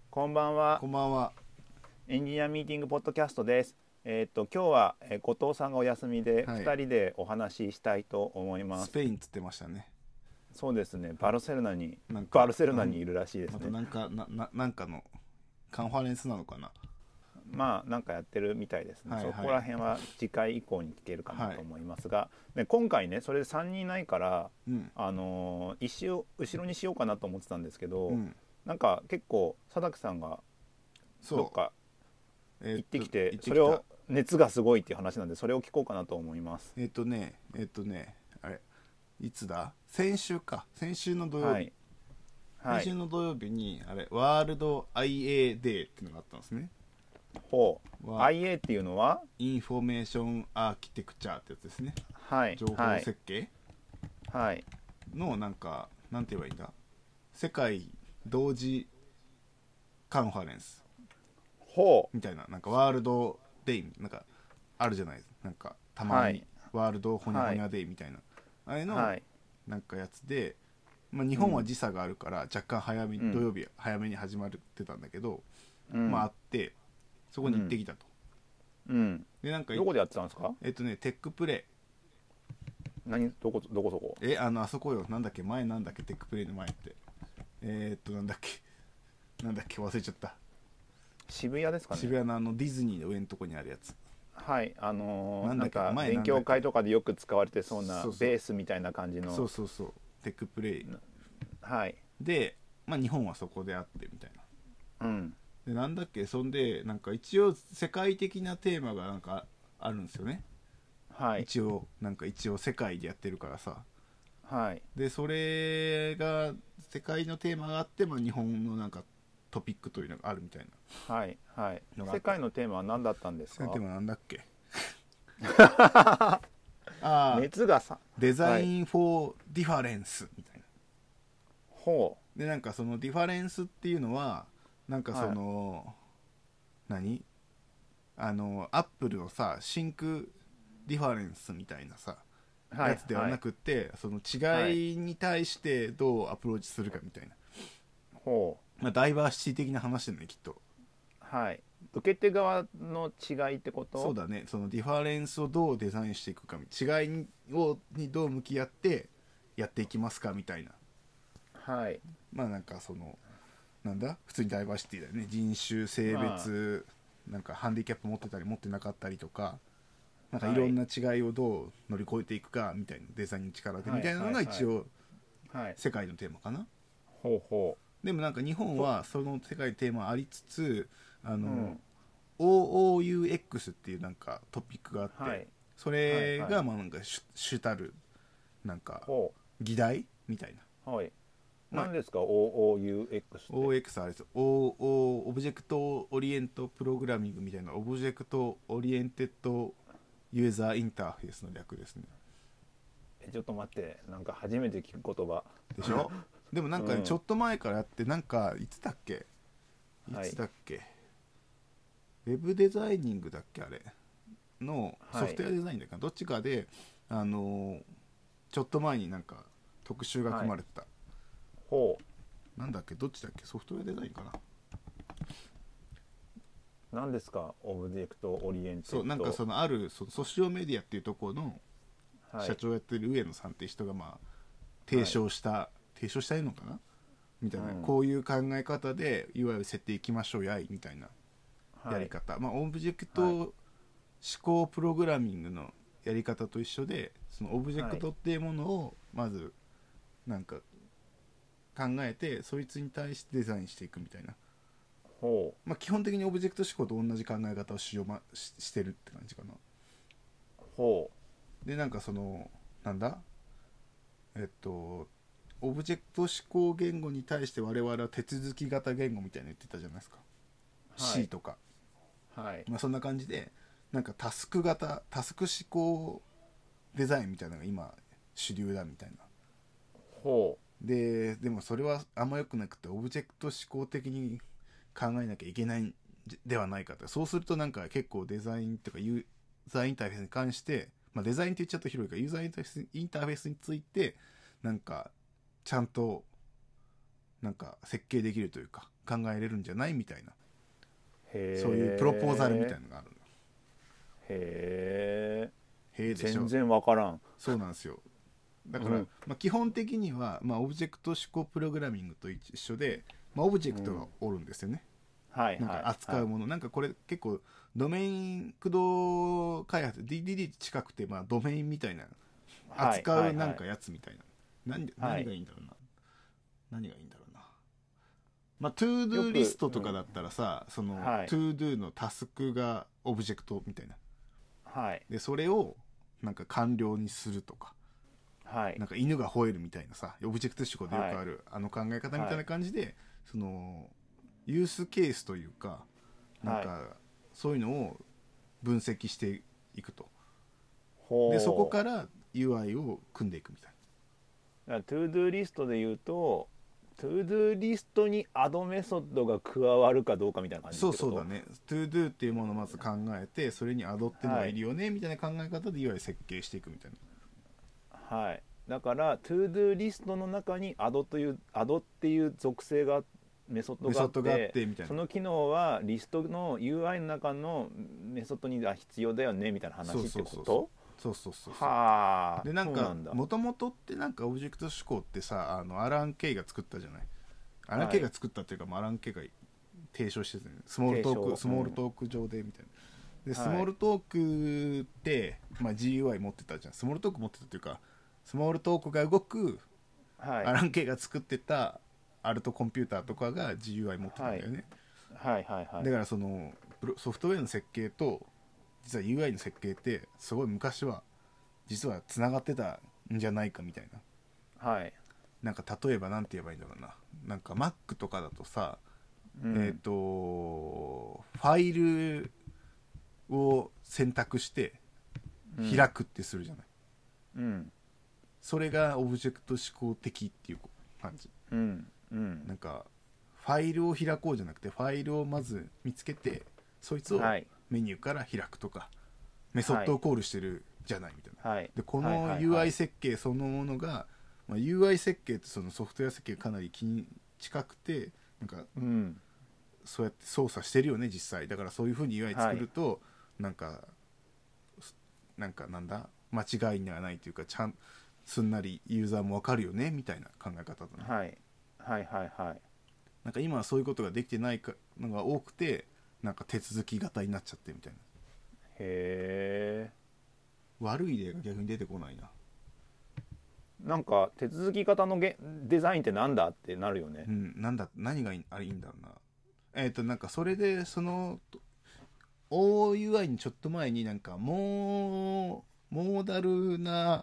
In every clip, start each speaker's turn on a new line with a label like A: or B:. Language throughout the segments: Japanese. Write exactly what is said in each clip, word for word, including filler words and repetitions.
A: こんばんは。
B: こんばんは。
A: エンジニアミーティングポッドキャストです。えっと今日はえー後藤さんがお休みで
B: はい
A: ふたりでお話ししたいと思いま
B: ス
A: す。
B: ペインっつってましたね。
A: そうですね。バルセロナに
B: なんか
A: バルセロナにいるらしいですね。
B: またなんかなななんかのカンファレンスなのかな。
A: まあなんかやってるみたいですね。
B: はいはい
A: そこら辺は次回以降に聞けるかなと思いますが、で今回ねそれでさんにんいないから
B: うん
A: あのー一周後ろにしようかなと思ってたんですけど、
B: うん
A: なんか結構佐竹さんがどっ
B: そう。
A: か
B: えー
A: 行ってきて、
B: 行ってきた
A: それを熱がすごいっていう話なんでそれを聞こうかなと思います。
B: えっ、とねえっ、とねあれいつだ先週か先週の土曜日、
A: はいはい。
B: 先週の土曜日にあれワールド アイエー デーっていうのがあったんですね。
A: ほう。
B: わ
A: アイエー っていうのは、
B: インフォメーションアーキテクチャってやつですね。
A: はい
B: 情報
A: はい
B: 設計
A: はい
B: のなんかなんて言えばいいんだ世界同時カンファレンス
A: ほ
B: みたいな、なんかワールドデイなんかあるじゃないですか。なんかたまに、
A: はい
B: ワールドホニャホニャデイみたいな、あれの
A: うはい
B: なんかやつで、まあ、日本は時差があるから若干早めに、
A: うん
B: 土曜日早めに始まってたんだけど、
A: うん
B: まああってそこに行ってきたと、
A: うん
B: でなんか
A: どこでやってたんですか？
B: えっとねテックプレ
A: 何どこどこそこ？
B: イえあのあそこよ、なんだっけ前なんだっけテックプレイの前ってえー、っとなんだっけなんだっけ忘れちゃった。
A: 渋谷ですかね？
B: 渋谷のあのディズニーの上のとこにあるやつ。
A: はいあのー、
B: な
A: なんんか
B: だっけ前なんだっけ
A: 勉強会とかでよく使われてそうな
B: そうそう
A: ベースみたいな感じの
B: そうそうそうテックプレイ
A: はい
B: で、まあ、日本はそこであってみたいな。
A: うん
B: でなんだっけそんでなんか一応世界的なテーマがなんかあるんですよね。
A: はい
B: 一応なんか一応世界でやってるからさ。
A: はい
B: でそれが世界のテーマがあって、まあ、日本のなんかトピックというのがあるみたいな
A: はいはい
B: のがあった。
A: 世界のテーマは何だったんですか？
B: 世界のテーマなんだっけああ
A: 熱がさ
B: デザイン・フォー・ディファレンスみたいな。
A: ほ
B: でなんかそのディファレンスっていうのはなんかその、何あのアップルのさシンクディファレンスみたいなさ、
A: うはい
B: やつではなくって、その違いに対してどうアプローチするかみたいな、
A: ほ
B: まあ、ダイバーシティ的な話だよねきっと。
A: うはい受け手側の違いってこと？
B: そうだね。そのディファレンスをどうデザインしていくか、違いにをにどう向き合ってやっていきますかみたいな。
A: はい
B: まあなんかそのなんだ普通にダイバーシティだよね。人種性別、なんかハンディキャップ持ってたり持ってなかったりとか、なんかいろんな違いをどう乗り越えていくかみたいな、デザインの力でみたいなのが一応
A: はい
B: 世界のテーマかな。
A: ほうほ
B: でもなんか日本はその世界のテーマありつつ、あの、
A: うん
B: オーオーユーエックス っていうなんかトピックがあって、
A: はい
B: それ
A: はいはい
B: がまあなんか主主たるなんか
A: ほ
B: 議題みたいな。
A: うはい
B: まあ
A: 何ですか オーオーユーエックス って？
B: オーエックス あれですよ。オーオーオブジェクトオリエントプログラミングみたいな、オブジェクトオリエンテッドユーザーインターフェースの略ですね。
A: えちょっと待ってなんか初めて聞く言葉
B: でしょでもなんかね、
A: うん
B: ちょっと前からやってなんかいつだっけい
A: はい
B: つだっけ、ウェブデザイニングだっけあれの
A: はい
B: ソフトウェアデザインだっけな、どっちかであのーちょっと前になんか特集が組まれてた、
A: ほ
B: なんだっけどっちだっけソフトウェアデザインかな。
A: う何ですかオブジェクトオリエンテッド？
B: そうなんかそのあるそのソシオメディアっていうところの
A: はい
B: 社長やってる上野さんって人がまあ提唱した、提唱したいのかなみたいな、
A: うん
B: こういう考え方でいわゆる設定いきましょうやいみたいな
A: はい
B: やり方、まあオブジェクト
A: はい
B: 思考プログラミングのやり方と一緒で、そのオブジェクトっていうものをまずなんか考えてそいつに対してデザインしていくみたいな、
A: ほ
B: まあ基本的にオブジェクト思考と同じ考え方をしよう、ま、し, してるって感じかな。
A: うほ
B: でなんかそのなんだえっとオブジェクト思考言語に対して我々は手続き型言語みたいなの言ってたじゃないですか、
A: う
B: C とか、
A: はい
B: まあ、そんな感じでなんかタスク型タスク思考デザインみたいなのが今主流だみたいな。
A: ほ
B: ででもそれはあんま良くなくて、オブジェクト思考的に考えなきゃいけないんではないかと。そうするとなんか結構デザインとかユーザーインターフェースに関して、まあ、デザインって言っちゃうと広いからユーザーインターフェースインターフェースについてなんかちゃんとなんか設計できるというか考えれるんじゃないみたいな、
A: へー
B: そういうプロポーザルみたいなのがあるの。
A: へ
B: へえ
A: え
B: でしょ。
A: 全然わからん。
B: そうなんですよ。だから、
A: うん
B: まあ、基本的には、まあ、オブジェクト指向プログラミングと一緒で、まあ、オブジェクトがおるんですよね、
A: はいはい。
B: なんか扱うもの、なんかこれ結構ドメイン駆動開発 ディーディーディー 近くて、まあ、ドメインみたいな
A: はい
B: 扱うなんかやつみたいな、何,
A: はい
B: 何がいいんだろうな、何がいいんだろうな、まあ、トゥードゥーリストとかだったらさ、その、
A: はい
B: トゥードゥーのタスクがオブジェクトみたいな
A: はい
B: で、それをなんか完了にするとか、
A: はい
B: なんか犬が吠えるみたいなさ、オブジェクト指向でよくある、はい、あの考え方みたいな感じで、はい、そのユースケースというか、なんかそういうのを分析していくと、はい、でそこから ユーアイ を組んでいくみたい
A: な。だからトゥードゥーリストで言うと、トゥードゥーリストにアドメソッドが加わるかどうかみたいな感じってこと？
B: そうそうだね。トゥードゥっていうものをまず考えて、それにアドっていうのがいるよね、はい、みたいな考え方で ユーアイ 設計していくみたいな。
A: はい、だからトゥードゥリストの中にアドというアドっていう属性がメソッドがあって、
B: があってみたいな、
A: その機能はリストの ユーアイ の中のメソッドには必要だよねみたいな話ってこと？
B: そうそうそうそう。
A: はあ。
B: でなんかもともとってなんかオブジェクト指向ってさ、あのアラン・ケイが作ったじゃない。アラン・ケイが作ったっていうか、はい、アラン・ケイが提唱してたね。スモールトークスモールトーク上でみたいな。でスモールトークって、まあ、ジーユーアイ 持ってたじゃん。スモールトーク持ってたっていうか、スモールトークが動く、はい、アラン・ケイが作ってたアルトコンピューターとかが ジーユーアイ 持ってたんだよね、
A: はい、はいはいはい。
B: だからそのソフトウェアの設計と実は ユーアイ の設計ってすごい昔は実はつながってたんじゃないかみたいな、
A: はい、
B: なんか例えばなんて言えばいいんだろうな、なんか Mac とかだとさ、うん、えっ、ー、とファイルを選択して開くってするじゃない、
A: うん、
B: それがオブジェクト指向的っていう感じ、
A: うんうん、
B: なんかファイルを開こうじゃなくてファイルをまず見つけてそいつをメニューから開くとか、はい、メソッドをコールしてるじゃないみたいな、はい、でこの ユーアイ 設計そのものが、まあ、ユーアイ 設計ってそのソフトウェア設計かなり近くてなんか、うん、そうやって操作してるよね実際だから、そういう風に ユーアイ 作ると、はい、なんかなんかなんだ間違いにはないというか、ちゃんすんなりユーザーも分かるよねみたいな考え方だね、
A: はい、はいはいはい。
B: なんか今はそういうことができてないのが多くて、なんか手続き型になっちゃってみたいな。
A: へー、
B: 悪い例が逆に出てこないな。
A: なんか手続き型のゲデザインってなんだってなるよね。
B: うん、なんだ何がいいあれいいんだろうな。えっとなんかそれでその オーユーアイ にちょっと前になんかもうモーダルな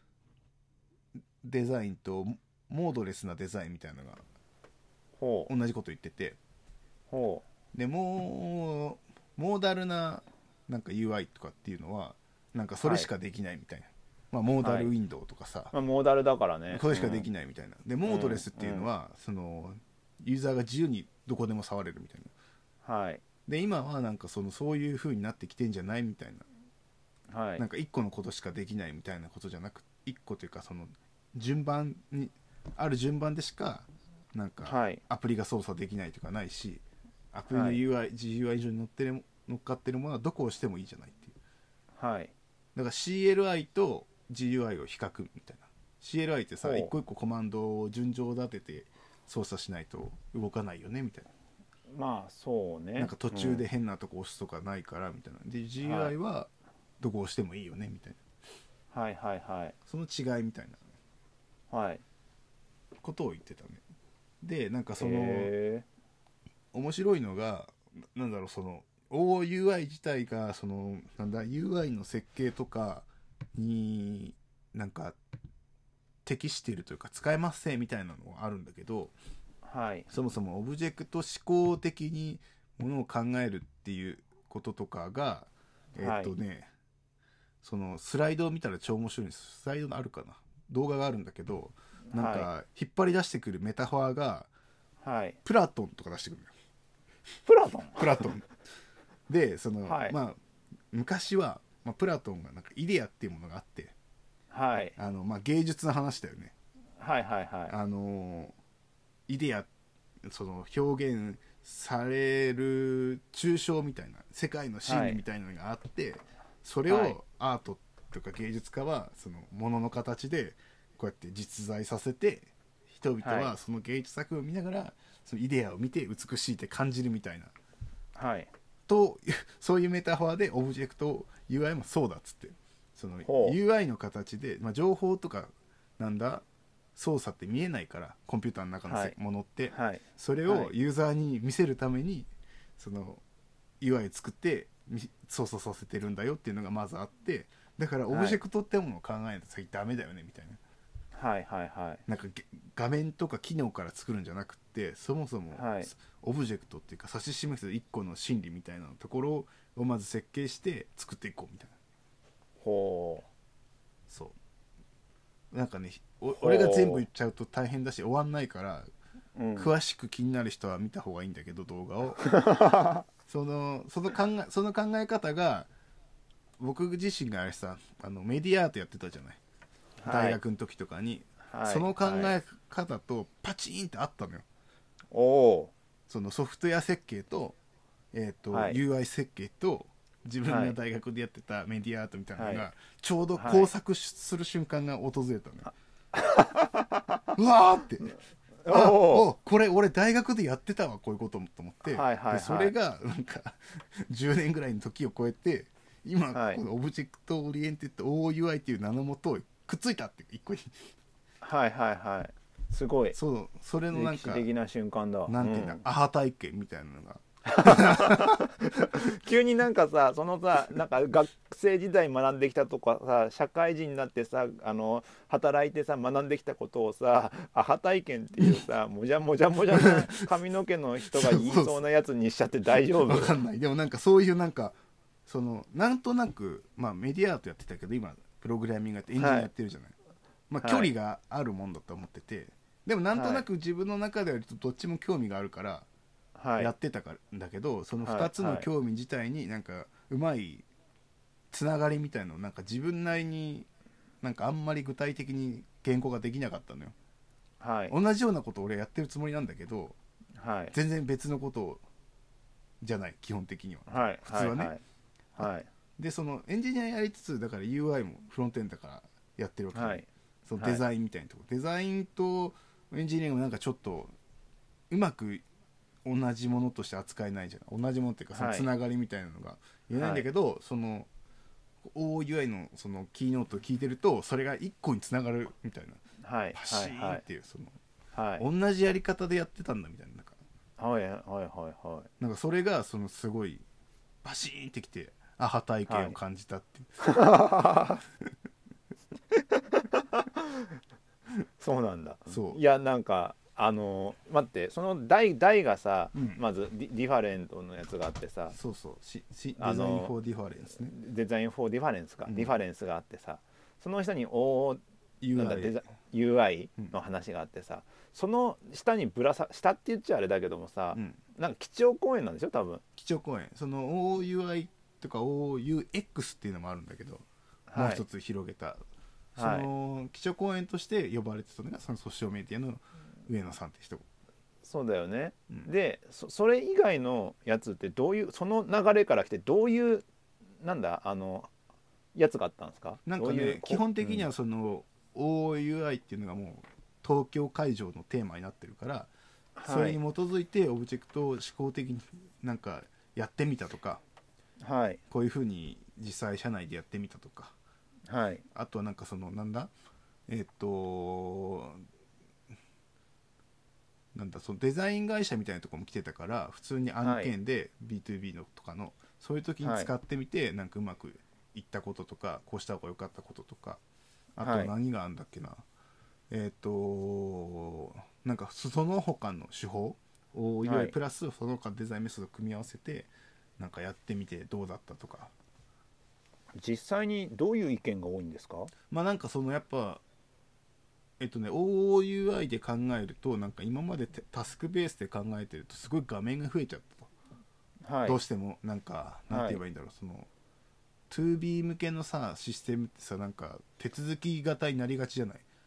B: デザインとモードレスなデザインみたいなのが
A: ほう
B: 同じこと言ってて、
A: ほ
B: うでもうモーダルななんか ユーアイ とかっていうのはなんかそれしかできないみたいな、はい、まあ、モーダルウィンドウとかさ、はい、
A: まあ、モーダルだからね
B: これしかできないみたいな、うん、でモードレスっていうのは、うん、そのユーザーが自由にどこでも触れるみたい
A: な、はい、
B: で今はなんかそのそういう風になってきてんじゃないみたいな、はい、なんかいっこのことしかできないみたいなことじゃなく、いっこというかその順番にある順番でしかなんかアプリが操作できないとかないし、アプリの ユーアイ、はい、ジーユーアイ 上に乗ってる乗っかってるものはどこを押してもいいじゃないっていう、
A: はい、
B: だから シーエルアイ と ジーユーアイ を比較みたいな。 シーエルアイ ってさ一個一個コマンドを順序立てて操作しないと動かないよねみたいな、
A: まあそうね、
B: なんか途中で変なとこ押すとかないからみたいな、で ジーユーアイ はどこ押してもいいよねみたい
A: な、はいはいはい、
B: その違いみたいな、はい、ことを言ってたね。でなんかその面白いのがなんだろう、その オーユーアイ 自体がそのなんだ ユーアイ の設計とかになんか適しているというか使えませんみたいなのがあるんだけど、はい、そもそもオブジェクト思考的にものを考えるっていうこととかがえー、っとね、はい、そのスライドを見たら超面白いんです。スライドあるかな、動画があるんだけど、なんか引っ張り出してくるメタファーが、はい、プラトンとか出してくるのよ。
A: プラトン
B: プラトンでその、はい、まあ昔は、まあ、プラトンがなんかイデアっていうものがあって、はい、あのまあ芸術の話だよね。
A: はいはいはい。
B: あのイデアその表現される抽象みたいな世界の真理みたいなのがあって、はい、それをアートとか芸術家はそのものの形でこうやって実在させて、人々はその芸術作品を見ながらそのイデアを見て美しいって感じるみたいな、
A: はい、
B: とそういうメタファーでオブジェクト ユーアイ もそうだっつって、その ユーアイ の形で、まあ、情報とかなんだ操作って見えないからコンピューターの中のものって、
A: はい、
B: それをユーザーに見せるためにその ユーアイ を作って操作させてるんだよっていうのがまずあって、だからオブジェクトってものを考えないと先ダメだよねみたいな、
A: はいはいはい、
B: なんか画面とか機能から作るんじゃなくて、そもそもオブジェクトっていうか指し示す一個の心理みたいなところをまず設計して作っていこうみたいな。
A: ほう、
B: そうなんかね、俺が全部言っちゃうと大変だし終わんないから、うん、詳しく気になる人は見た方がいいんだけど動画をそのその考えその考え方が僕自身があれさ、あのメディアアートやってたじゃない、はい、大学の時とかに、はい、その考え方とパチンってあったのよ。
A: おー、
B: そのソフトウェア設計と、えーとはい、ユーアイ 設計と自分が大学でやってたメディアアートみたいなのがちょうど交錯する瞬間が訪れたのよ、はい、うわーってあおこれ俺大学でやってたわこういうことと思って、はいはいはい、でそれがなんかじゅうねんぐらいの時を超えて今、はい、このオブジェクトオリエンテッド オーユーアイ っていう名のもとくっついたって一個に
A: はいはいはい、すごい、
B: そうそれのなんか
A: 歴史的な瞬間だ、
B: なんていうんだ、うん、アハ体験みたいなのが
A: 急になんかさ、そのさ、なんか学生時代学んできたとかさ、社会人になってさ、あの働いてさ学んできたことをさ、アハ体験っていうさ、もじゃもじゃもじゃな髪の毛の人が言いそうなやつにしちゃって大丈夫？
B: わかんない。でもなんかそういうなんかそのなんとなく、まあメディアアートやってたけど今プログラミングやってエンジニアやってるじゃない、はい、まあ距離があるもんだと思ってて、でもなんとなく自分の中ではどっちも興味があるからやってたんだけど、はい、そのふたつの興味自体になんかうまいつながりみたいなのなんか自分なりになんかあんまり具体的に言語ができなかったのよ、はい、同じようなことを俺やってるつもりなんだけど、はい、全然別のことじゃない基本的には、はい、普通はね、はいはい、でそのエンジニアやりつつだから ユーアイ もフロントエンドだからやってるわけ、はい、そのデザインみたいなところ、はい、デザインとエンジニアリングもなんかちょっとうまく同じものとして扱えないじゃん、同じものっていうかそのつながりみたいなのが言えないんだけど、はい、その オーユーアイ のそのキーノートを聞いてるとそれが一個につながるみたいな、はい、パシーンっていう、その、はい、同じやり方でやってたんだみたいな、なんか、はいはいはいはい、なんかそれがそのすごいパシーンってきてアハ体験を感じたっていう、はい、
A: そうなんだ。
B: そう
A: いやなんかあの待ってその台台がさ、うん、まずディ、ディファレントのやつがあってさ、
B: そうそうししデザインフォーディファレンスね、
A: デザインフォーディファレンスか、うん、ディファレンスがあってさ、その下に O なんだデザ ユーアイ の話があってさ、うん、その下にぶらさ下って言っちゃあれだけどもさ、うん、なんか基調講演なんでしょ多分。
B: 基調講演、その オーユーアイ とか オーユーエックス っていうのもあるんだけど、はい、もう一つ広げたその基調講演として呼ばれてたのがそのソーシャルメディアの上野さんって人。
A: そうだよね、うん、で そ, それ以外のやつってどういうその流れから来てどういうなんだあのやつがあったんですか。
B: なんかね基本的にはその、うん、オーユーアイ っていうのがもう東京会場のテーマになってるから、はい、それに基づいてオブジェクトを思考的になんかやってみたとか、はい、こういうふうに実際社内でやってみたとか、はい、あとはなんかそのなんだえっとなんだそのデザイン会社みたいなところも来てたから普通に案件で ビーツービー のとかのそういう時に使ってみて、はい、なんかうまくいったこととかこうした方が良かったこととか、あと何があるんだっけな、はい、えっとなんかその他の手法を ユーアイ プラスその他デザインメソッドを組み合わせてなんかやってみてどうだったとか。
A: 実際にどういう意見が多いんですか。
B: まあなんかそのやっぱえっとね オーユーアイ で考えるとなんか今までタスクベースで考えてるとすごい画面が増えちゃったと、はい、どうしてもなんかなんて言えばいいんだろう、はい、その ツービー 向けのさシステムってさなんか手続き型になりがちじゃない、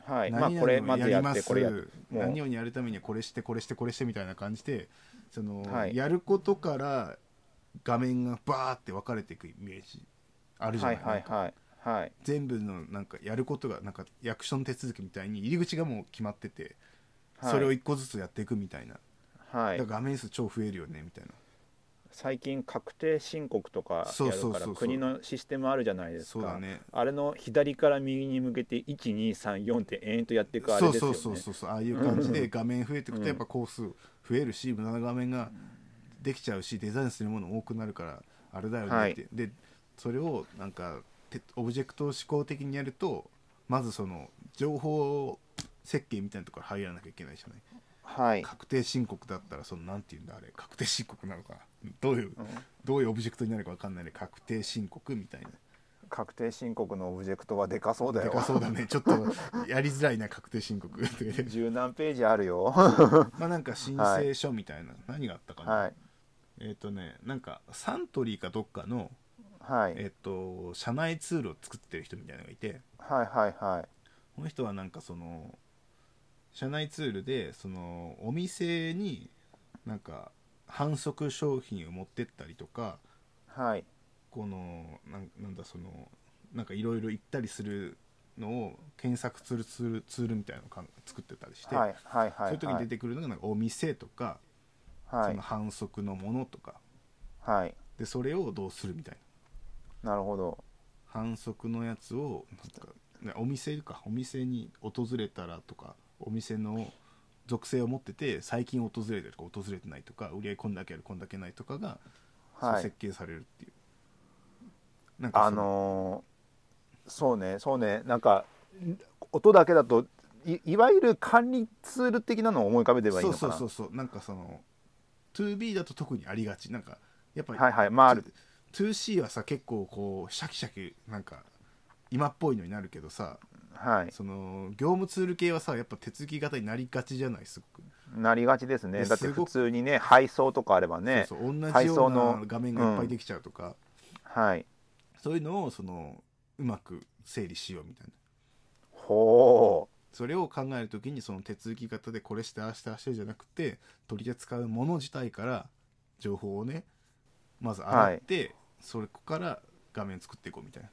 A: はい、まあ
B: 何
A: これまずや
B: 々をやります、
A: ってこれやもう
B: 何々やるためにはこれしてこれしてこれしてみたいな感じで、その、
A: はい、
B: やることから画面がバーって分かれていくイメージあるじゃない、
A: はいはいはいはい
B: 全部のなんかやることがなんか役所の手続きみたいに入り口がもう決まってて、
A: はい、
B: それを一個ずつやっていくみたいな、
A: はい、
B: だから画面数超増えるよねみたいな。
A: 最近確定申告とか
B: そう
A: やる
B: そうそうそう
A: から国のシステムあるじゃないですか。
B: そうだね、
A: あれの左から右に向けていちにさんよんって延々とやっていくあれですよね。
B: そうそうそうそう、ああいう感じで画面増えていくとやっぱ工数増えるし、無駄な画面ができちゃうし、デザインするもの多くなるからあれだよねって、はい、でそれをなんかオブジェクト思考的にやると、まずその情報設計みたいなところ入らなきゃいけないじゃない。
A: はい、
B: 確定申告だったらそのなんていうんだあれ、確定申告なのかな、どういう、うん、どういうオブジェクトになるか分かんないね、確定申告みたいな。
A: 確定申告のオブジェクトはでかそうだよ。
B: でかそうだね、ちょっとやりづらいな確定申告
A: 十何ページあるよ
B: まあなんか申請書みたいな、はい、何があったかな、はい、えっ、ー、とねなんかサントリーかどっかの、はい、えっ、ー、と社内ツールを作ってる人みたいなのがいて、
A: はいはいはい、
B: この人はなんかその社内ツールでそのお店になんか販促商品を持ってったりとか、
A: はい、
B: このな ん, なんだそのなんかいろいろ行ったりするのを検索するツールツールみたいなのを作ってたりして、
A: はいはいはいはい、
B: そういう時に出てくるのがなんかお店とか、はい、その販促のものとか、はい、でそれをどうするみたい
A: な。なるほど。
B: 販促のやつをなんかお店かお店に訪れたらとか、お店の属性を持ってて最近訪れてるとか訪れてないとか、売り上げこんだけあるこんだけないとかが、はい、設計されるっていう。なんかあの
A: ーそうねそうね、なんか音だけだと い, いわゆる管理ツール的なのを思い浮かべてばいいのかな。
B: そうそうそうそう、なんかその ツービー だと特にありがち、なんかやっぱり、
A: はいはい、まあ、
B: ツーシー はさ結構こうシャキシャキなんか今っぽいのになるけどさ、はい、その業務ツール系はさやっぱ手続き型になりがちじゃない。すごく
A: なりがちですね。だって普通にね配送とかあればね、
B: そうそう同じような画面がいっぱいできちゃうとか、
A: うん、はい、
B: そういうのをそのうまく整理しようみたいな。
A: ほう。
B: それを考えるときにその手続き型でこれしてああしてああしてじゃなくて、取り扱うもの自体から情報をねまず洗って、はい、それから画面作っていこうみたいな。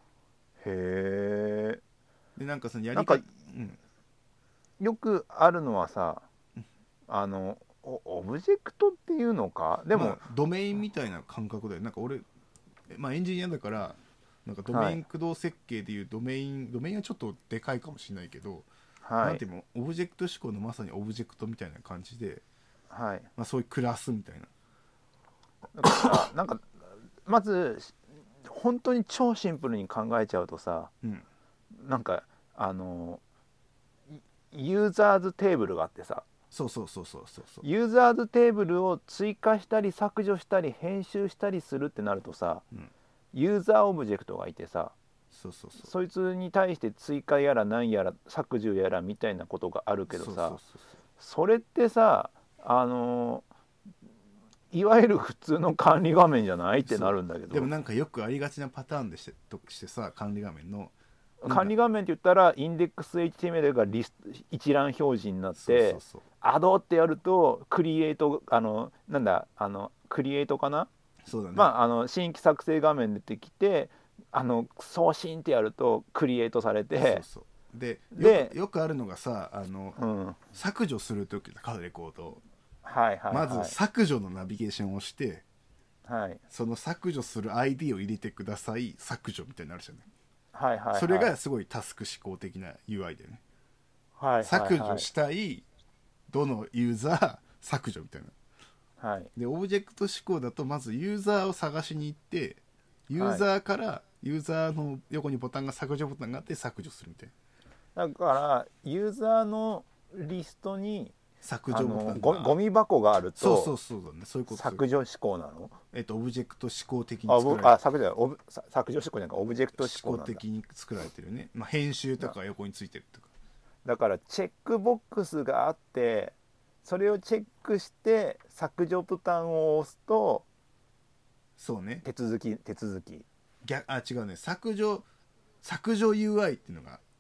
A: へえ。
B: でなんかそのやり方、うん、
A: よくあるのはさ、あのオブジェクトっていうのか、でも、まあ、
B: ドメインみたいな感覚だよ。なんか俺、まあ、エンジニアだからなんかドメイン駆動設計でいうドメイン、はい、ドメインはちょっとでかいかもしれないけど、はい、なんていうのオブジェクト思考のまさにオブジェクトみたいな感じで、はい、まあ、そういうクラスみたいな。
A: だからなんかまず本当に超シンプルに考えちゃうとさ、うん、なんかあのユーザーズテーブルがあってさ、
B: そうそうそうそうそうそう、
A: ユーザーズテーブルを追加したり削除したり編集したりするってなるとさ、うん、ユーザーオブジェクトがいてさ、
B: そうそうそう、
A: そいつに対して追加やら何やら削除やらみたいなことがあるけどさ、そうそうそうそう、それってさ、あのいわゆる普通の管理画面じゃないってなるんだけど、
B: でもなんかよくありがちなパターンでしてとしてさ、管理画面の
A: 管理画面って言ったらインデックス エイチティーエムエル がリスト一覧表示になって、そうそうそう、アドってやるとクリエイト、あのなんだあのクリエイトかな、
B: そうだね、
A: まあ、あの新規作成画面出てきて、あの送信ってやるとクリエイトされて、そうそう、
B: でよく、よくあるのがさ、あの、うん、削除するときのカードレコード、はいはいはい、まず削除のナビゲーションをして、はい、その削除する アイディー を入れてください削除みたいになるじゃない。はいはいはい、それがすごいタスク思考的な ユーアイ でね、はいはいはい、削除したいどのユーザー削除みたいな、はい、でオブジェクト思考だとまずユーザーを探しに行ってユーザーからユーザーの横にボタンが削除ボタンがあって削除するみたい
A: な。だからユーザーのリストに
B: 削除ボタンが
A: ゴ, ゴミ箱があると、
B: そうそうそうだね、そういうこと。
A: 削除思考なの？
B: えっとオブジェクト思考的に作られてる。
A: あ、削除オブ削除思考じゃなくてオブジェクト思考なんだ。
B: 思考的に作られてるね。まあ編集とか横についてるとか。
A: だからチェックボックスがあって、それをチェックして削除ボタンを押すと、
B: そうね。
A: 手続き手続き。
B: 逆あ違うね。削除削除 ユーアイ っていうのが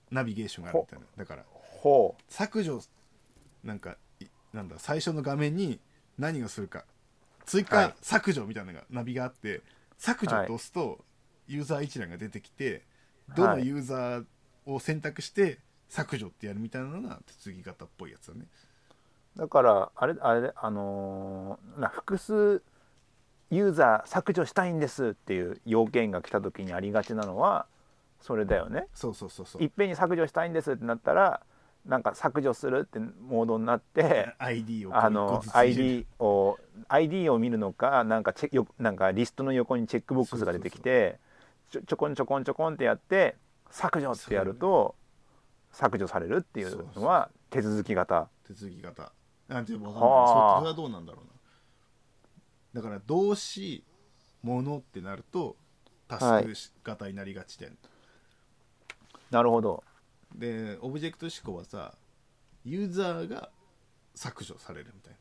B: ナビゲーションがあるみたいな。だから
A: ほう
B: 削除なんかなんだ最初の画面に何をするか追加、
A: はい
B: 削除みたいなのがナビがあって、削除と押すとユーザー一覧が出てきて、どのユーザーを選択して削除ってやるみたいなのが手続き型っぽいやつだね。
A: だからあれあれあのーな複数ユーザー削除したいんですっていう要件が来た時にありがちなのはそれだよね。
B: そうそうそうそう。
A: いっぺんに削除したいんですってなったらなんか削除するってモードになって
B: アイディー を
A: あの アイディー を アイディー を見るのかなんかチェよなんかリストの横にチェックボックスが出てきてちょちょこんちょこんちょこんってやって削除ってやると削除されるっていうのは手続き型。
B: 手続き型なんて分かんない。それはどうなんだろうな。だから動詞ものってなるとタスク型になりがちで、はい、
A: なるほど。
B: でオブジェクト思考はさユーザーが削除されるみた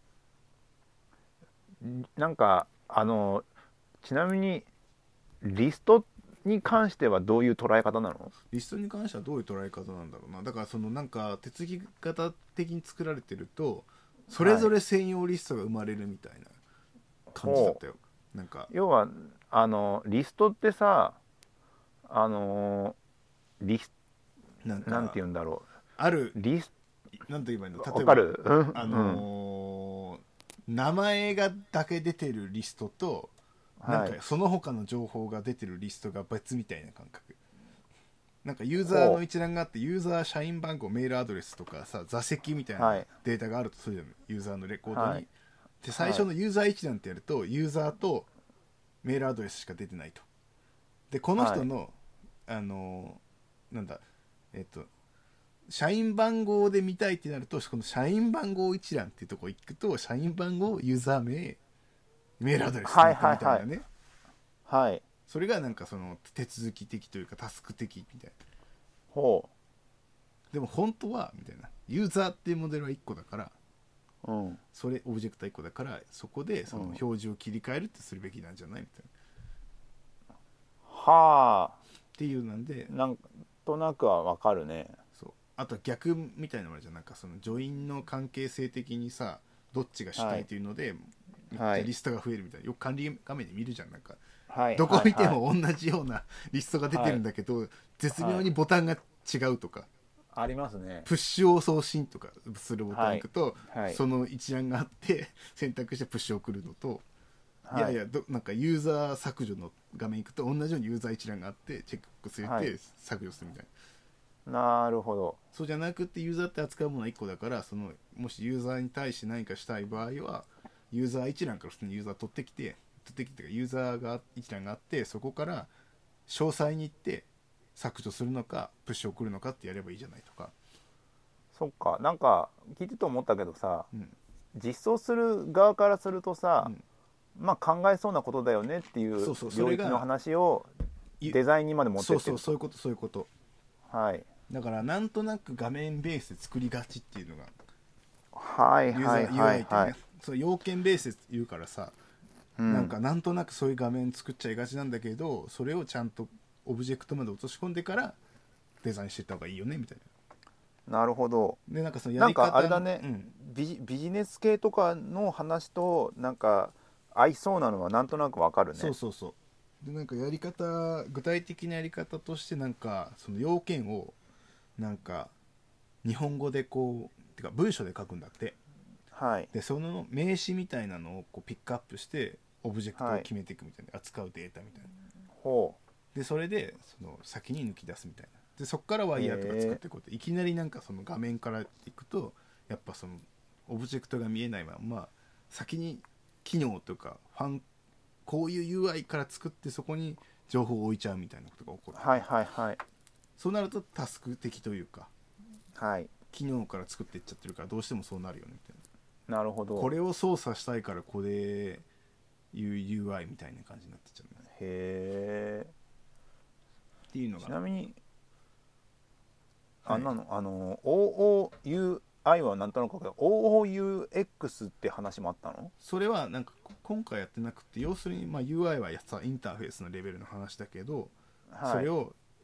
B: い
A: な。なんかあのちなみにリストに関してはどういう捉え方なの？
B: リストに関してはどういう捉え方なんだろうな。だからそのなんか手続き型的に作られてるとそれぞれ専用リストが生まれるみたいな感じだったよ、はい、なんか
A: 要はあのリストってさあのリスなんなんて言うんだろう
B: ある
A: リス
B: なんて言えばいいの。例えば
A: わかる、うん、
B: あのー、名前がだけ出てるリストとなんかその他の情報が出てるリストが別みたいな感覚。なんかユーザーの一覧があってユーザー社員番号メールアドレスとかさ座席みたいなデータがあるとするじゃない、ユーザーのレコードに、はい、で最初のユーザー一覧ってやるとユーザーとメールアドレスしか出てないと。でこの人の、はい、あのー、なんだえっと社員番号で見たいってなるとこの社員番号一覧っていうところ行くと社員番号ユーザー名メールアドレスみたいなね、はいはい
A: はいはい、
B: それがなんかその手続き的というかタスク的みたいな。
A: ほ
B: うでも本当はみたいなユーザーっていうモデルはいっこだから、
A: うん、
B: それオブジェクトはいっこだからそこでその表示を切り替えるってするべきなんじゃないみたい
A: な、はあ
B: っていうなんで
A: なんとなくはわかるね。
B: そうあとは逆みたいなのもあるじゃん。なんかそのジョインの関係性的にさどっちが主体というので、はい、リストが増えるみたいなよく管理画面で見るじゃん。なんか、はい、どこ見ても同じようなリストが出てるんだけど、はい、絶妙にボタンが違うとか、
A: はい、ありますね。
B: プッシュを送信とかするボタンを行くと、
A: はいはい、
B: その一覧があって選択してプッシュを送るのと、はい、いやいやどなんかユーザー削除の画面行くと同じようにユーザー一覧があってチェックするって削除するみたい
A: な、はい、なるほど。
B: そうじゃなくてユーザーって扱うものはいっこだからそのもしユーザーに対して何かしたい場合はユーザー一覧から普通にユーザー取ってきて取ってきてユーザーが一覧があってそこから詳細に行って削除するのかプッシュ送るのかってやればいいじゃないとか。
A: そっかなんか聞いてて思ったけどさ、うん、実装する側からするとさ、うん、まあ考えそうなことだよねっていう領域の話をデザインにまで持ってってる。
B: そうそうそういうことそういうこと。
A: はい。
B: だからなんとなく画面ベースで作りがちっていうのが
A: はいはいはいはい。
B: そう要件ベースで言うからさ、うん、なんかなんとなくそういう画面作っちゃいがちなんだけどそれをちゃんとオブジェクトまで落とし込んでからデザインしていった方がいいよねみたい
A: な。なるほど。
B: でなんかそのやり方
A: なんかあれだね、うん、ビ, ビジネス系とかの話となんか合いそうなのはなんとなくわかるね。
B: そうそうそうでなんかやり方具体的なやり方としてなんかその要件をなんか日本語でこうてか文章で書くんだって。
A: はい、
B: でその名詞みたいなのをこうピックアップしてオブジェクトを決めていくみたいな、はい、扱うデータみたいな。
A: ほ
B: うでそれでその先に抜き出すみたいな。でそこからワイヤーとか作っていこうっていきなりなんかその画面からいくとやっぱそのオブジェクトが見えないまま先に機能とかファンこういう ユーアイ から作ってそこに情報を置いちゃうみたいなことが起こる。
A: はいはいはい。
B: そうなるとタスク的というか、
A: はい、
B: 機能から作っていっちゃってるからどうしてもそうなるよねみたいな。
A: なるほど。
B: これを操作したいからこれいう ユーアイ みたいな感じになってっちゃうね。
A: へえ。
B: っていうのが。
A: ちなみに、はい、あんなのあの オーオーユーアイ はなんとなくだけど オーオーユーエックス って話もあったの？
B: それはなんか今回やってなくて要するにまあ ユーアイ はやさインターフェースのレベルの話だけど、はい、それを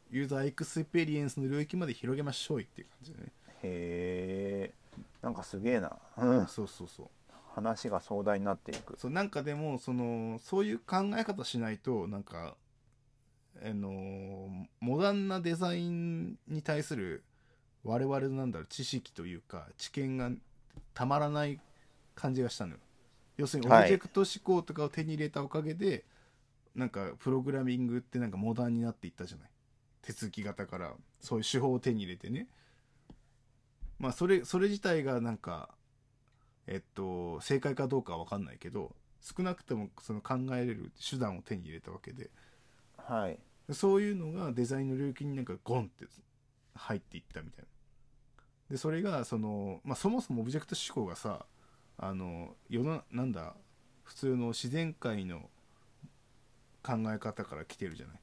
B: ユーザーエクスペリエンスの領域まで広げましょうっていう感じでね。
A: へえ、なんかすげえな、うん、
B: そうそうそう。
A: 話が壮大になっていく。
B: そうなんかでもそのそういう考え方しないとなんかあのモダンなデザインに対する我々のなんだろう知識というか知見がたまらない感じがしたのよ。要するにオブジェクト思考とかを手に入れたおかげで、はい、なんかプログラミングってなんかモダンになっていったじゃない。手続き型からそういう手法を手に入れてね。まあそれそれ自体がなんかえっと正解かどうかは分かんないけど少なくともその考えれる手段を手に入れたわけで、
A: はい、
B: そういうのがデザインの領域になんかゴンって入っていったみたいな。でそれがその、まあ、そもそもオブジェクト思考がさあの世のなんだ普通の自然界の考え方から来てるじゃない、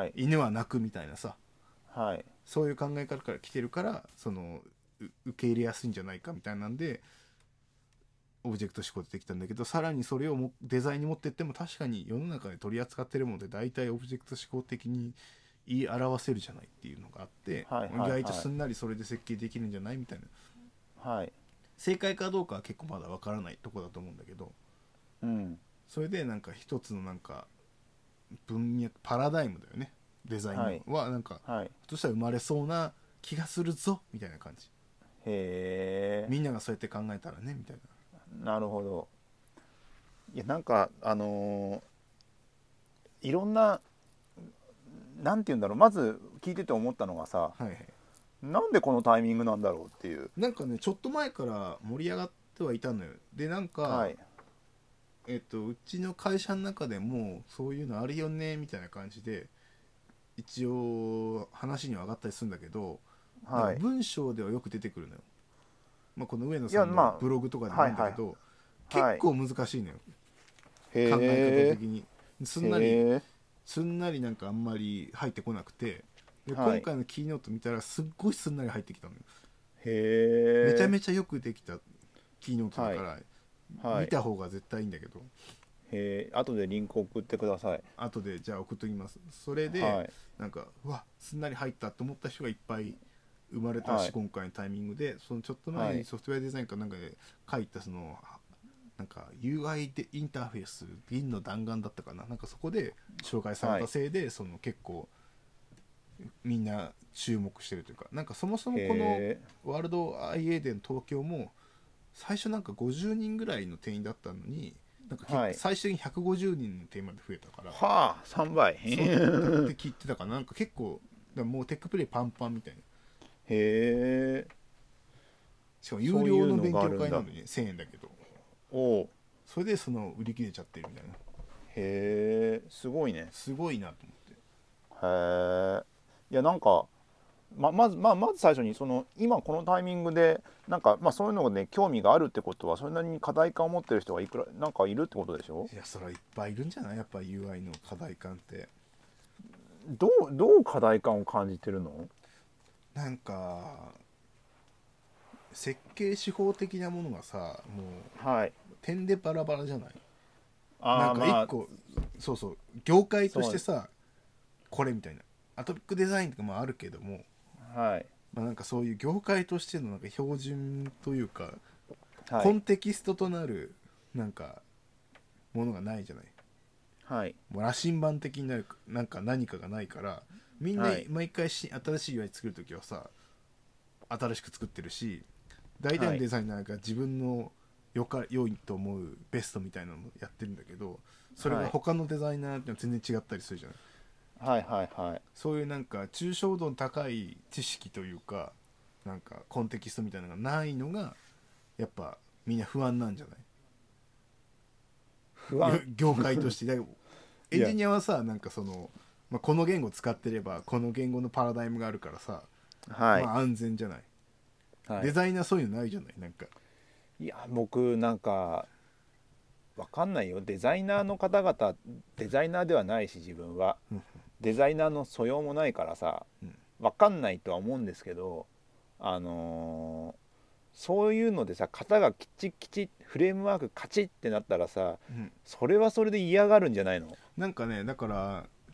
A: はい、
B: 犬は鳴くみたいなさ、
A: はい、
B: そういう考え方から来てるからその受け入れやすいんじゃないかみたいなんでオブジェクト思考ってできたんだけど、さらにそれをもデザインに持ってっても確かに世の中で取り扱ってるもので大体オブジェクト思考的に言い表せるじゃないっていうのがあって、
A: はいはいはい、
B: 意外とすんなりそれで設計できるんじゃないみたいな、
A: はい、
B: 正解かどうかは結構まだわからないとこだと思うんだけど、
A: うん、
B: それでなんか一つのなんか文脈パラダイムだよねデザインはなんか、はい、ひょっとしたら生まれそうな気がするぞみたいな感じ。
A: へー、
B: みんながそうやって考えたらねみたい
A: な。なるほど。いやなんかあのー、いろんななんて言うんだろう、まず聞いてて思ったのがさ、はいはい、なんでこのタイミングなんだろうっていう。
B: なんかねちょっと前から盛り上がってはいたのよ。でなんか、はい、えっとうちの会社の中でもそういうのあるよねみたいな感じで一応話には上がったりするんだけど、はい、文章ではよく出てくるのよ。まあ、この上野さんのブログとかでもあるんだけど、まあはいはい、結構難しいのよ、はい、考え方的にすんなりすんなりなんかあんまり入ってこなくて、で、はい、今回のキーノート見たらすっごいすんなり入ってきたのよ。へー、めちゃめちゃよくできたキーノートだから、はいはい、見た方が絶対いいんだけど、
A: へー、後でリンク送ってください。
B: 後でじゃあ送っときます。それで、はい、なんかうわすんなり入ったと思った人がいっぱい生まれたし、はい、今回のタイミングでそのちょっと前にソフトウェアデザインかなんかで書いたそのなんか ユーアイ でインターフェース銀の弾丸だったかな、なんかそこで紹介されたせいで、はい、その結構みんな注目してるというか、なんかそもそもこのワールド アイエー での東京も最初なんかごじゅうにんぐらいの定員だったのになんか、はい、最終的にひゃくごじゅうにんの定員まで増えたから、
A: はあさんばい
B: そうって聞いてたかな、なんか結構だもうテックプレイパンパンみたいな。
A: へえ。
B: しかも有料の勉強会なのにせんえんだけど、おそれでその売り切れちゃってるみたいな。
A: へえ、すごいね。
B: すごいなと思って。
A: へえ。いやなんか ま, まず、まあ、まず最初にその今このタイミングでなんか、まあ、そういうので興味があるってことはそれなりに課題感を持ってる人がいくらなんかいるってことでしょ。
B: いやそれはいっぱいいるんじゃない、やっぱ ユーアイ の課題感って。
A: どうどう課題感を感じてるの。
B: なんか設計手法的なものがさもう、はい、点でバラバラじゃない。あなんか一個、まあ、そうそう業界としてさこれみたいなアトミックデザインとかもあるけども、はいまあ、なんかそういう業界としてのなんか標準というか、はい、コンテキストとなるなんかものがないじゃない。はい、もう羅針盤的になるなんか何かがないからみんな毎回し、はい、新しい ユーアイ 作るときはさ新しく作ってるし、大体のデザイナーが自分のよか良いと思うベストみたいなのをやってるんだけど、それが他のデザイナーって全然違ったりするじゃない。はいはいはい、そういうなんか抽象度の高い知識というかなんかコンテキストみたいなのがないのがやっぱみんな不安なんじゃない。不安業界としてだエンジニアはさなんかその、まあ、この言語使ってればこの言語のパラダイムがあるからさ、はいまあ、安全じゃない、はい、デザイナーそういうのないじゃない。なんか
A: いや僕なんかわかんないよ。デザイナーの方々デザイナーではないし自分はデザイナーの素養もないからさわかんないとは思うんですけど、あのー、そういうのでさ型がきちきちフレームワークカチッってなったらさ、うん、それはそれで嫌がるんじゃないの。
B: なんかねだから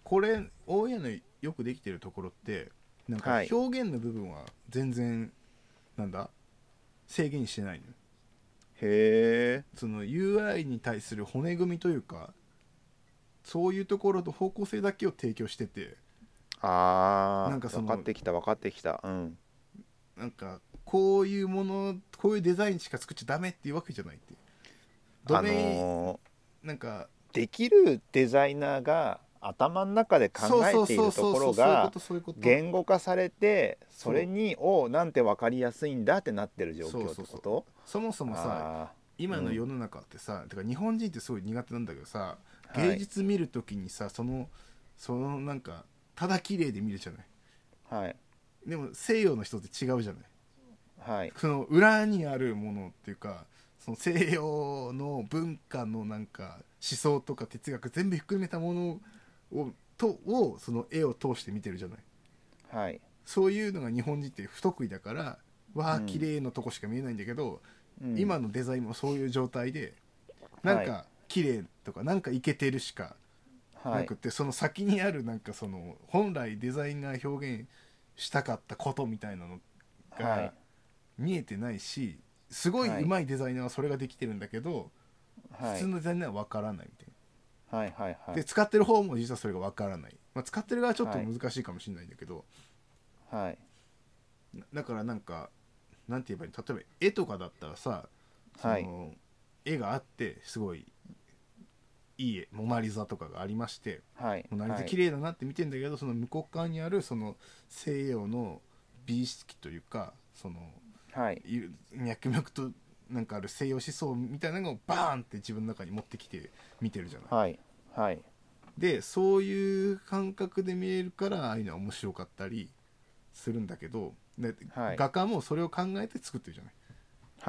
B: これ大家のよくできてるところってなんか
A: はい
B: 表現の部分は全然なんだ制限してないのよ。
A: へえ。
B: その ユーアイ に対する骨組みというかそういうところと方向性だけを提供してて、
A: ああ、
B: なんかその
A: 分かってきた分かってきた。うん。
B: なんかこういうものこういうデザインしか作っちゃダメっていうわけじゃないっていうド
A: あ
B: メイン、
A: の
B: なんか
A: ーできるデザイナーが頭の中で考えているところが言語化されて、それにおなんて分かりやすいんだってなってる状況ってこと？
B: そもそもさ今の世の中ってさ、うん、てか日本人ってすごい苦手なんだけどさ、芸術見るときにさそのそのなんかただ綺麗で見るじゃない。
A: はい。
B: でも西洋の人って違うじゃない。
A: はい。
B: その裏にあるものっていうかその西洋の文化のなんか思想とか哲学全部含めたものをとをその絵を通して見てるじゃない。
A: はい。
B: そういうのが日本人って不得意だからわあ
A: うん
B: 綺麗なとこしか見えないんだけど、
A: うん、
B: 今のデザインもそういう状態でなんか綺麗とかなんかイケてるしかなくて、はい、その先にあるなんかその本来デザインが表現したかったことみたいなのが見えてないし、すごい上手いデザイナーはそれができてるんだけど、はい、普通のデザイナーは分からないみたいな、はいはいはい、で使ってる方も実はそれが分からない、まあ、使ってる側はちょっと難しいかもしれないんだけど、はい、だからなんかなんて言えばいいの、例えば絵とかだったらさ、その、はい、絵があってすごいいい絵モナリザとかがありまして、はい、モナリザ綺麗だなって見てんだけど、はい、その向こう側にあるその西洋の美意識というかその、はい、脈々となんかある西洋思想みたいなのをバーンって自分の中に持ってきて見てるじゃない、はいはい、でそういう感覚で見えるからああいうのは面白かったりするんだけど、で、はい、画家もそれを考えて作ってるじゃない、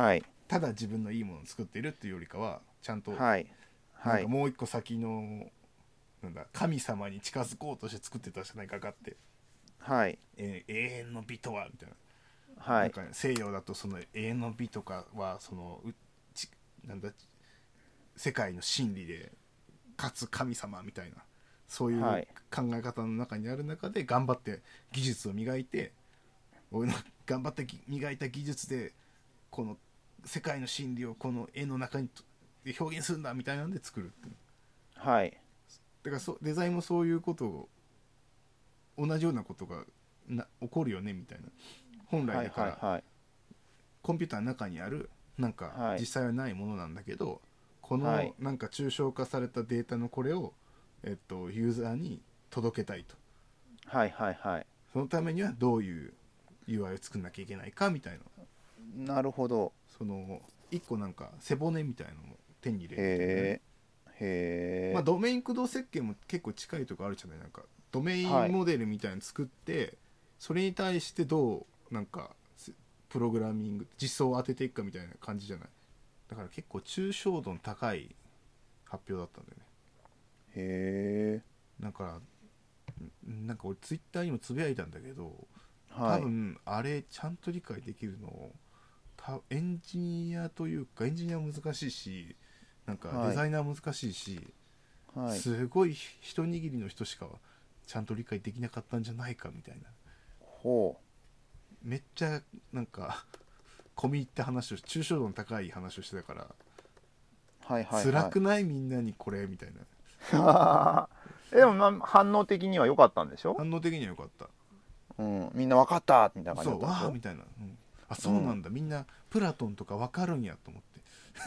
B: はい、ただ自分のいいものを作っているっていうよりかはちゃんと、はいなんかもう一個先のなんだ神様に近づこうとして作ってたじゃないかかって、はいえー、永遠の美とはみたいな、はい、なんか西洋だとその永遠の美とかはそのうちなんだ世界の真理でかつ神様みたいなそういう考え方の中にある中で頑張って技術を磨いて俺の頑張って磨いた技術でこの世界の真理をこの絵の中に表現するんだみたいなんで作るって、はいだからそデザインもそういうことを同じようなことがな起こるよねみたいな、本来だから、はいはいはい、コンピューターの中にあるなんか実際はないものなんだけど、はい、このなんか抽象化されたデータのこれを、えっと、ユーザーに届けたいと、はいはいはい、そのためにはどういう ユーアイ を作んなきゃいけないかみたいな、なるほど、その一個なんか背骨みたいなのも手に入れる、ね、へえ、まあ、ドメイン駆動設計も結構近いところあるじゃない、なんかドメインモデルみたいなの作って、はい、それに対してどうなんかプログラミング実装を当てていくかみたいな感じじゃない、だから結構抽象度の高い発表だったんだよね。へえ、だからなんか俺ツイッターにもつぶやいたんだけど、はい、多分あれちゃんと理解できるのエンジニアというかエンジニアは難しいしなんかデザイナー難しいし、はい、すごい一握りの人しかちゃんと理解できなかったんじゃないかみたいな、ほうめっちゃなんか込み入った話を抽象度の高い話をしてたから、はいはいはい、辛くないみんなにこれみたいな
A: でも、ま、反応的には良かったんでしょ。
B: 反応的には良かった、
A: うん、みんな分かったみたいな感じだった
B: でしょ。そうわーみたいな、うん、あそうなんだ、うん、みんなプラトンとか分かるんやと思って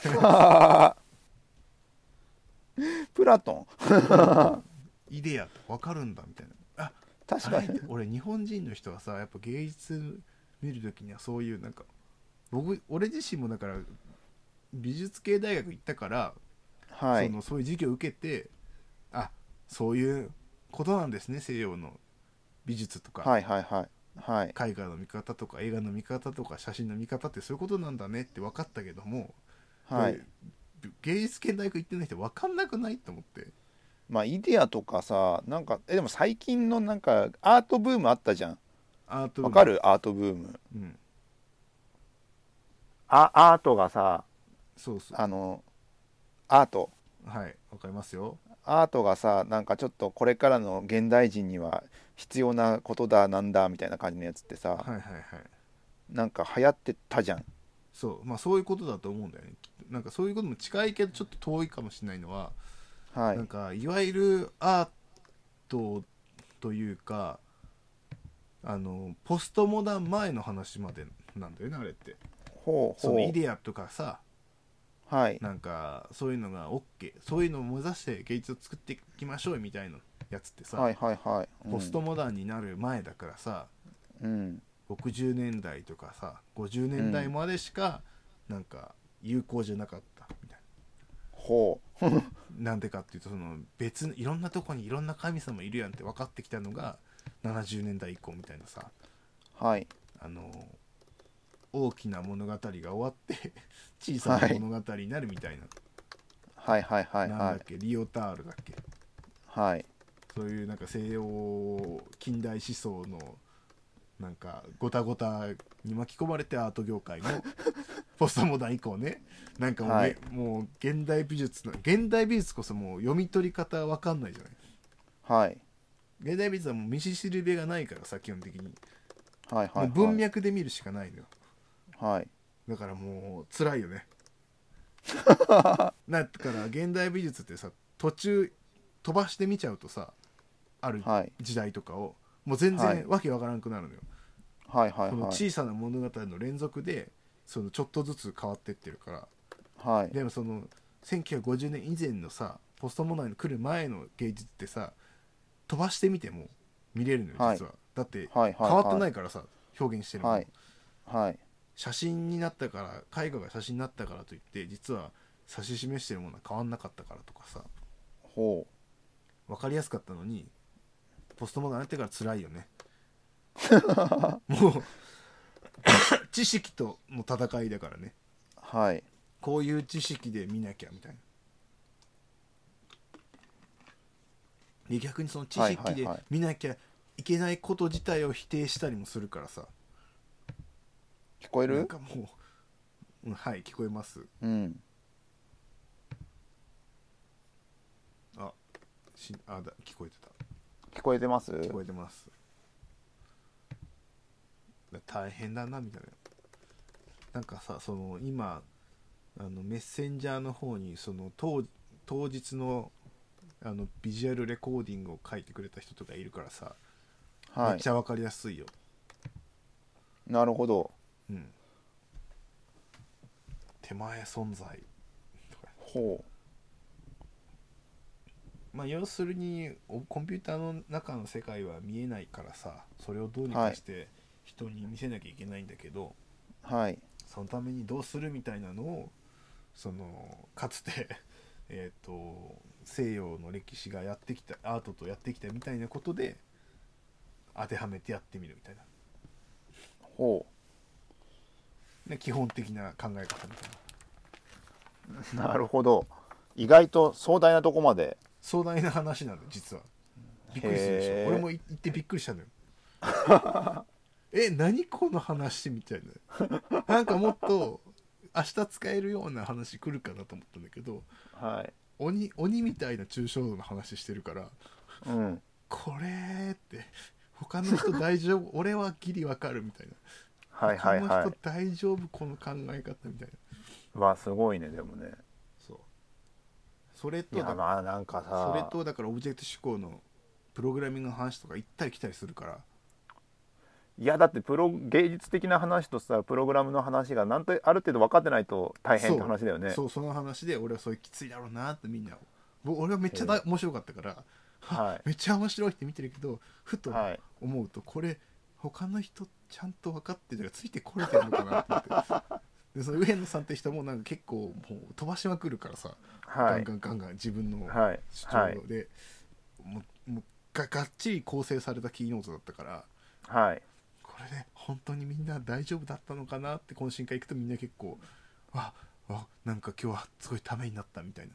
A: プラトン
B: イデアと分かるんだみたいな、あ
A: 確かに
B: 俺日本人の人はさやっぱ芸術見るときにはそういうなんか僕俺自身もだから美術系大学行ったから、はい、そのそういう授業を受けてあそういうことなんですね、西洋の美術とか、はいはいはいはい、絵画の見方とか映画の見方とか写真の見方ってそういうことなんだねって分かったけども、はい、芸術系大学行ってない人分かんなくないと思って、
A: まあイデアとかさなんかえでも最近のなんかアートブームあったじゃん。
B: アート
A: 分かるアートブーム、うん、あアートがさ
B: そうそう
A: あのアート
B: はいわかりますよ。
A: アートがさなんかちょっとこれからの現代人には必要なことだなんだみたいな感じのやつってさ、
B: はいはいはい。
A: なんか流行ってたじゃん。
B: そうまあそういうことだと思うんだよね。なんかそういうことも近いけどちょっと遠いかもしれないのは、
A: はい
B: なんかいわゆるアートというかあのポストモダン前の話までなんだよねあれって。
A: ほうほ
B: そのイデアとかさ、
A: うはい
B: なんかそういうのが OK、 そういうのを目指して芸術を作っていきましょうみたいなやつってさ、
A: はいはいはい、うん、
B: ポストモダンになる前だからさ、
A: うん
B: ろくじゅうねんだいとかさごじゅうねんだいまでしかなんか有効じゃなかったみたい
A: ほう
B: な。なんでかっていうとその別いろんなとこにいろんな神様いるやんって分かってきたのがななじゅうねんだい以降みたいなさ、
A: はい
B: あの大きな物語が終わって小さな物語になるみたいな、
A: はいはいはい
B: なん
A: はい
B: だっけリオタールだっけ、
A: はい
B: そういうなんか西洋近代思想のなんかごたごたに巻き込まれてアート業界のポストモダン以降ね、なんかもう,、
A: はい
B: もう現代美術の現代美術こそもう読み取り方わかんないじゃない。
A: はい
B: 現代美術はもう道しるべがないからさ基本的に、
A: はいはい
B: もう文脈で見るしかないのよ。
A: はい
B: だからもう辛いよねだから現代美術ってさ途中飛ばしてみちゃうとさある
A: はい
B: 時代とかをもう全
A: はい
B: 然わけわからなくなるのよ。
A: はいはい
B: この
A: はい
B: 小さな物語の連続でそのちょっとずつ変わってってるから。
A: はい
B: でもそのせんきゅうひゃくごじゅうねん以前のさポストモダンに来る前の芸術ってさ飛ばしてみても見れるのよ実は、
A: はい
B: だって
A: はいはい
B: 変わってないからさ表現してるもの、
A: はいはい
B: 写真になったから絵画が写真になったからといって実は指し示してるものは変わんなかったからとかさ
A: ほ
B: 分かりやすかったのにポストモダンになってから辛いよねもう知識との戦いだからね。
A: うはい
B: こういう知識で見なきゃみたいな。で逆にその知識で見なきゃいけないこと自体を否定したりもするからさ。
A: 聞こえる
B: なんかもう、うん、はい聞こえます。
A: うん
B: あしあだ聞こえてた。
A: 聞こえてます
B: 聞こえてます。大変だなみたいな。なんかさその今あのメッセンジャーの方にその 当, 当日のあのビジュアルレコーディングを書いてくれた人とかいるからさ、
A: はい
B: めっちゃわかりやすいよ。
A: なるほど
B: うん。手前存在とか。
A: ほ
B: まあ要するにおコンピューターの中の世界は見えないからさそれをどうにかして人に見せなきゃいけないんだけど、
A: うはい
B: そのためにどうするみたいなのをそのかつてえっと西洋の歴史がやってきたアートとやってきたみたいなことで当てはめてやってみるみたい
A: ほ
B: な、ね、基本的な考え方みたいな
A: うなるほど意外と壮大なとこまで
B: 壮大な話なの実は。びっくりするでし
A: へー
B: ょ。俺も行ってびっくりしたのよえ何この話みたいななんかもっと明日使えるような話来るかなと思ったんだけど
A: はい
B: 鬼鬼みたいな抽象度の話してるから
A: うん
B: これって他の人大丈夫俺はギリわかるみたいな
A: はいはいは
B: 他の人大丈夫この考え方みたいな。
A: いわすごいねでもね
B: そうそれ
A: い
B: とだ
A: やまあなんかさ
B: それとだからオブジェクト思考のプログラミングの話とか行ったり来たりするから
A: いやだってプロ芸術的な話とさプログラムの話がなんとある程度分かってないと大変って話だよね。
B: そうそうその話で俺はそういうきついだろうなってみんな僕俺はめっちゃだ面白かったから、
A: はい、
B: めっちゃ面白いって見てるけどふと
A: はい
B: 思うとこれ他の人ちゃんと分かってるからついてこれてるのかなって思ってでその上野さんって人もなんか結構もう飛ばしまくるからさ、
A: はい、
B: ガンガンガンガン自分の
A: はい
B: 主張で、はい、もうもう が, がっちり構成されたキーノートだったから
A: はい
B: これで本当にみんな大丈夫だったのかなって懇親会行くとみんな結構ああなんか今日はすごいためになったみたい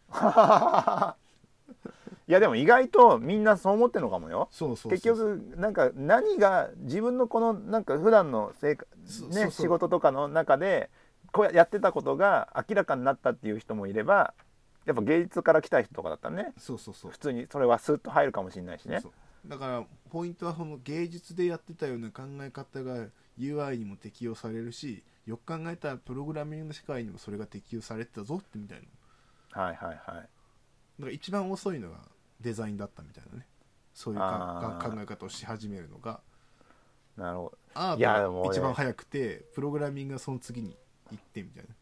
B: ない
A: やでも意外とみんなそう思ってるのかもよ。
B: そうそうそう
A: 結局なんか何が自分のこのなんか普段の生活ね
B: そうそうそう
A: 仕事とかの中でこうやってたことが明らかになったっていう人もいればやっぱ芸術から来た人とかだったらね、
B: そうそうそう
A: 普通にそれはスッと入るかもしれないしね。
B: そうそうだからポイントはその芸術でやってたような考え方が ユーアイ にも適用されるし、よく考えたらプログラミングの世界にもそれが適用されてたぞってみたいな。
A: はいはいはい。
B: だから一番遅いのがデザインだったみたいなね。そういうか考え方をし始めるのが。
A: なるほど。
B: アートが一番早くてプログラミングがその次に行ってみたいな。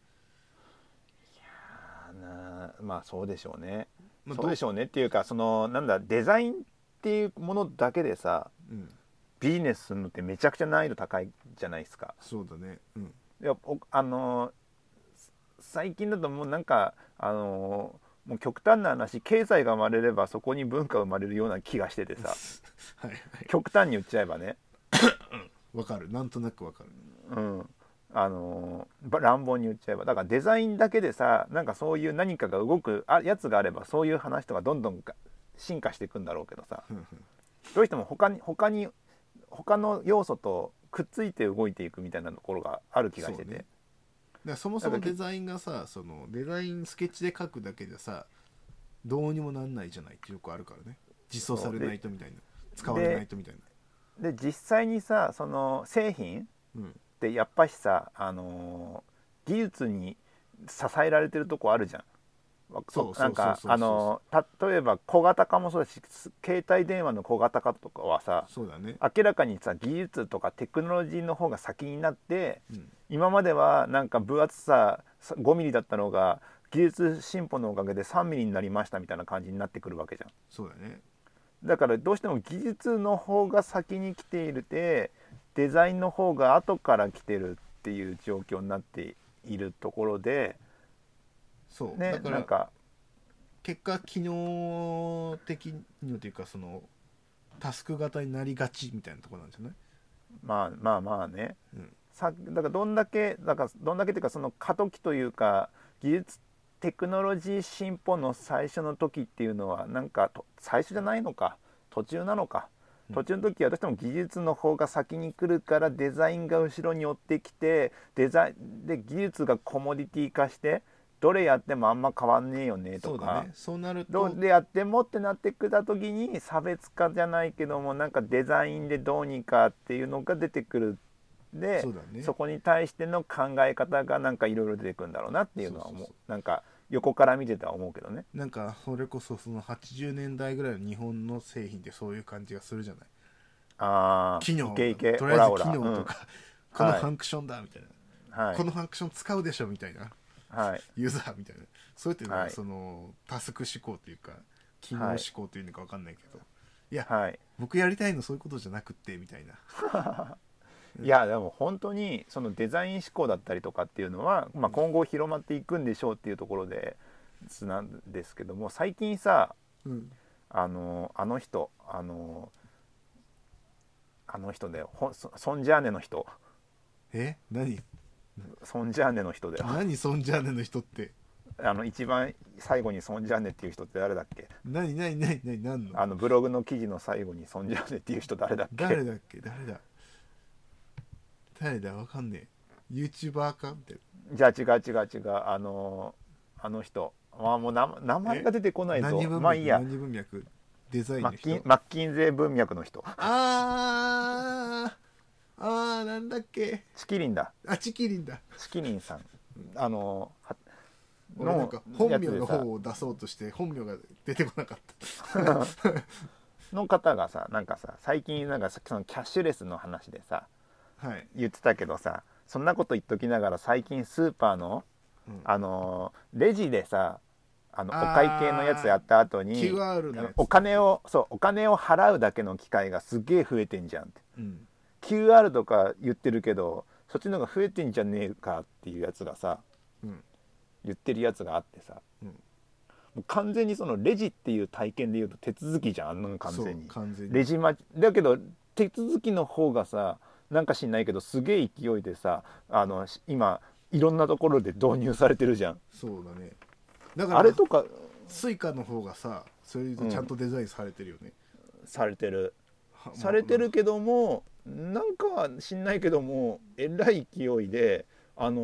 A: いやなまあそうでしょうね、
B: まあ、
A: そうでしょうねっていうか、そのなんだデザインっていうものだけでさ、
B: うん、
A: ビジネスするのってめちゃくちゃ難易度高いじゃないですか。
B: そうだね、うん、
A: いやあの最近だともうなんかあのもう極端な話、経済が生まれればそこに文化が生まれるような気がしててさ
B: はい、はい、
A: 極端に言っちゃえばね
B: わかる、なんとなくわかる、
A: うん、あの乱暴に言っちゃえば、だからデザインだけでさ、なんかそういう何かが動くあやつがあればそういう話とかどんどん進化していくんだろうけどさどうしても他に他に他の要素とくっついて動いていくみたいなところがある気がしてて、
B: そうね、だからそもそもデザインがさ、そのデザインスケッチで描くだけでさどうにもなんないじゃないってよくあるからね。実装されないとみたいな、使われないとみたい
A: な。で実際にさ、その製品ってやっぱしさ、あのー、技術に支えられてるとこあるじゃん。なんかあの例えば小型化もそうだし、携帯電話の小型化とかはさ、
B: そうだね、
A: 明らかにさ技術とかテクノロジーの方が先になって、
B: うん、
A: 今まではなんか分厚さごミリだったのが技術進歩のおかげでさんミリになりましたみたいな感じになってくるわけじゃん。
B: そうだね。
A: だからどうしても技術の方が先に来ているで、デザインの方が後から来てるっていう状況になっているところで、
B: そう
A: ね、
B: だから
A: なんか
B: 結果機能的にというかそのタスク型になりがちみたいなところなんじゃない？
A: まあまあまあね、
B: うん、
A: さだからどんだけだからどんだけっていうか、その過渡期というか技術テクノロジー進歩の最初の時っていうのはなんかと最初じゃないのか途中なのか、途中の時はどうしても技術の方が先に来るからデザインが後ろに追ってきて、デザインで技術がコモディティ化してどれやってもあんま変わんねえよねとか、
B: そうだね、そうなると
A: どれやってもってなってくた時に差別化じゃないけどもなんかデザインでどうにかっていうのが出てくるで、 そ,、ね、そこに対しての考え方がなんかいろいろ出てくるんだろうなっていうのは思う。そうそうそう、なんか横から見てたら思うけどね。
B: なんかそれこそそのはちじゅうねんだいぐらいの日本の製品ってそういう感じがするじゃない。
A: あ
B: 機能
A: いけいけ、
B: とりあえず機能とか、
A: うん、
B: このファンクションだみたいな、
A: はい、
B: このファンクション使うでしょみたいな、
A: はい、
B: ユーザーみたいな、そうやって、ね、
A: はい、
B: そのタスク思考というか機能思考というのか分かんないけど、はい、いや、
A: はい、
B: 僕やりたいのそういうことじゃなくってみたいな
A: いやでも本当にそのデザイン思考だったりとかっていうのは、まあ、今後広まっていくんでしょうっていうところでなんですけども、最近さ、
B: うん、
A: あのあの人あのあの人でソンジャーネの人、
B: え何
A: ソンジャーネの人だよ。
B: 何ソンジャーネの人って、
A: あの一番最後にソンジャーネっていう人って誰だっけ？
B: 何何何何何の
A: あのブログの記事の最後にソンジャーネっていう人誰だっけ？
B: 誰だっけ誰だ誰だわかんねえ。 YouTuber かみたい
A: な。じゃあ違う違う違う、あのあの人、まあもう名名前が出てこないぞ。
B: 何文脈、
A: まあいいや。
B: 何文脈？デザインの人？
A: マッキンマッキンゼー文脈の人。
B: あーあーなんだっけ？
A: チキリンだ。
B: あ、チキリンだ。
A: チキリンさん。あの
B: 俺なんか本名の方を出そうとして本名が出てこなかった
A: の方がさ、なんかさ最近なんかそのキャッシュレスの話でさ、
B: はい、
A: 言ってたけどさ、そんなこと言っときながら最近スーパーの、うん、あのレジでさ、あのお会計のやつやった後に
B: キューアール のやつ、
A: お金をそうお金を払うだけの機会がすげえ増えてんじゃんって、
B: うん、
A: キューアール とか言ってるけどそっちの方が増えてんじゃねえかっていうやつがさ、うん、言ってるやつがあってさ、うん、もう完全にそのレジっていう体験で言うと手続きじゃん、あんなの完全に。
B: 完全に
A: レジ待ちだけど手続きの方がさ、なんか知んないけどすげえ勢いでさ、あの今いろんなところで導入されてるじゃん。
B: そうだね。だから
A: あれとか
B: スイカの方がさ、それでちゃんとデザインされてるよね、
A: うん、されてるされてるけども、なんかは知んないけどもえらい勢いであの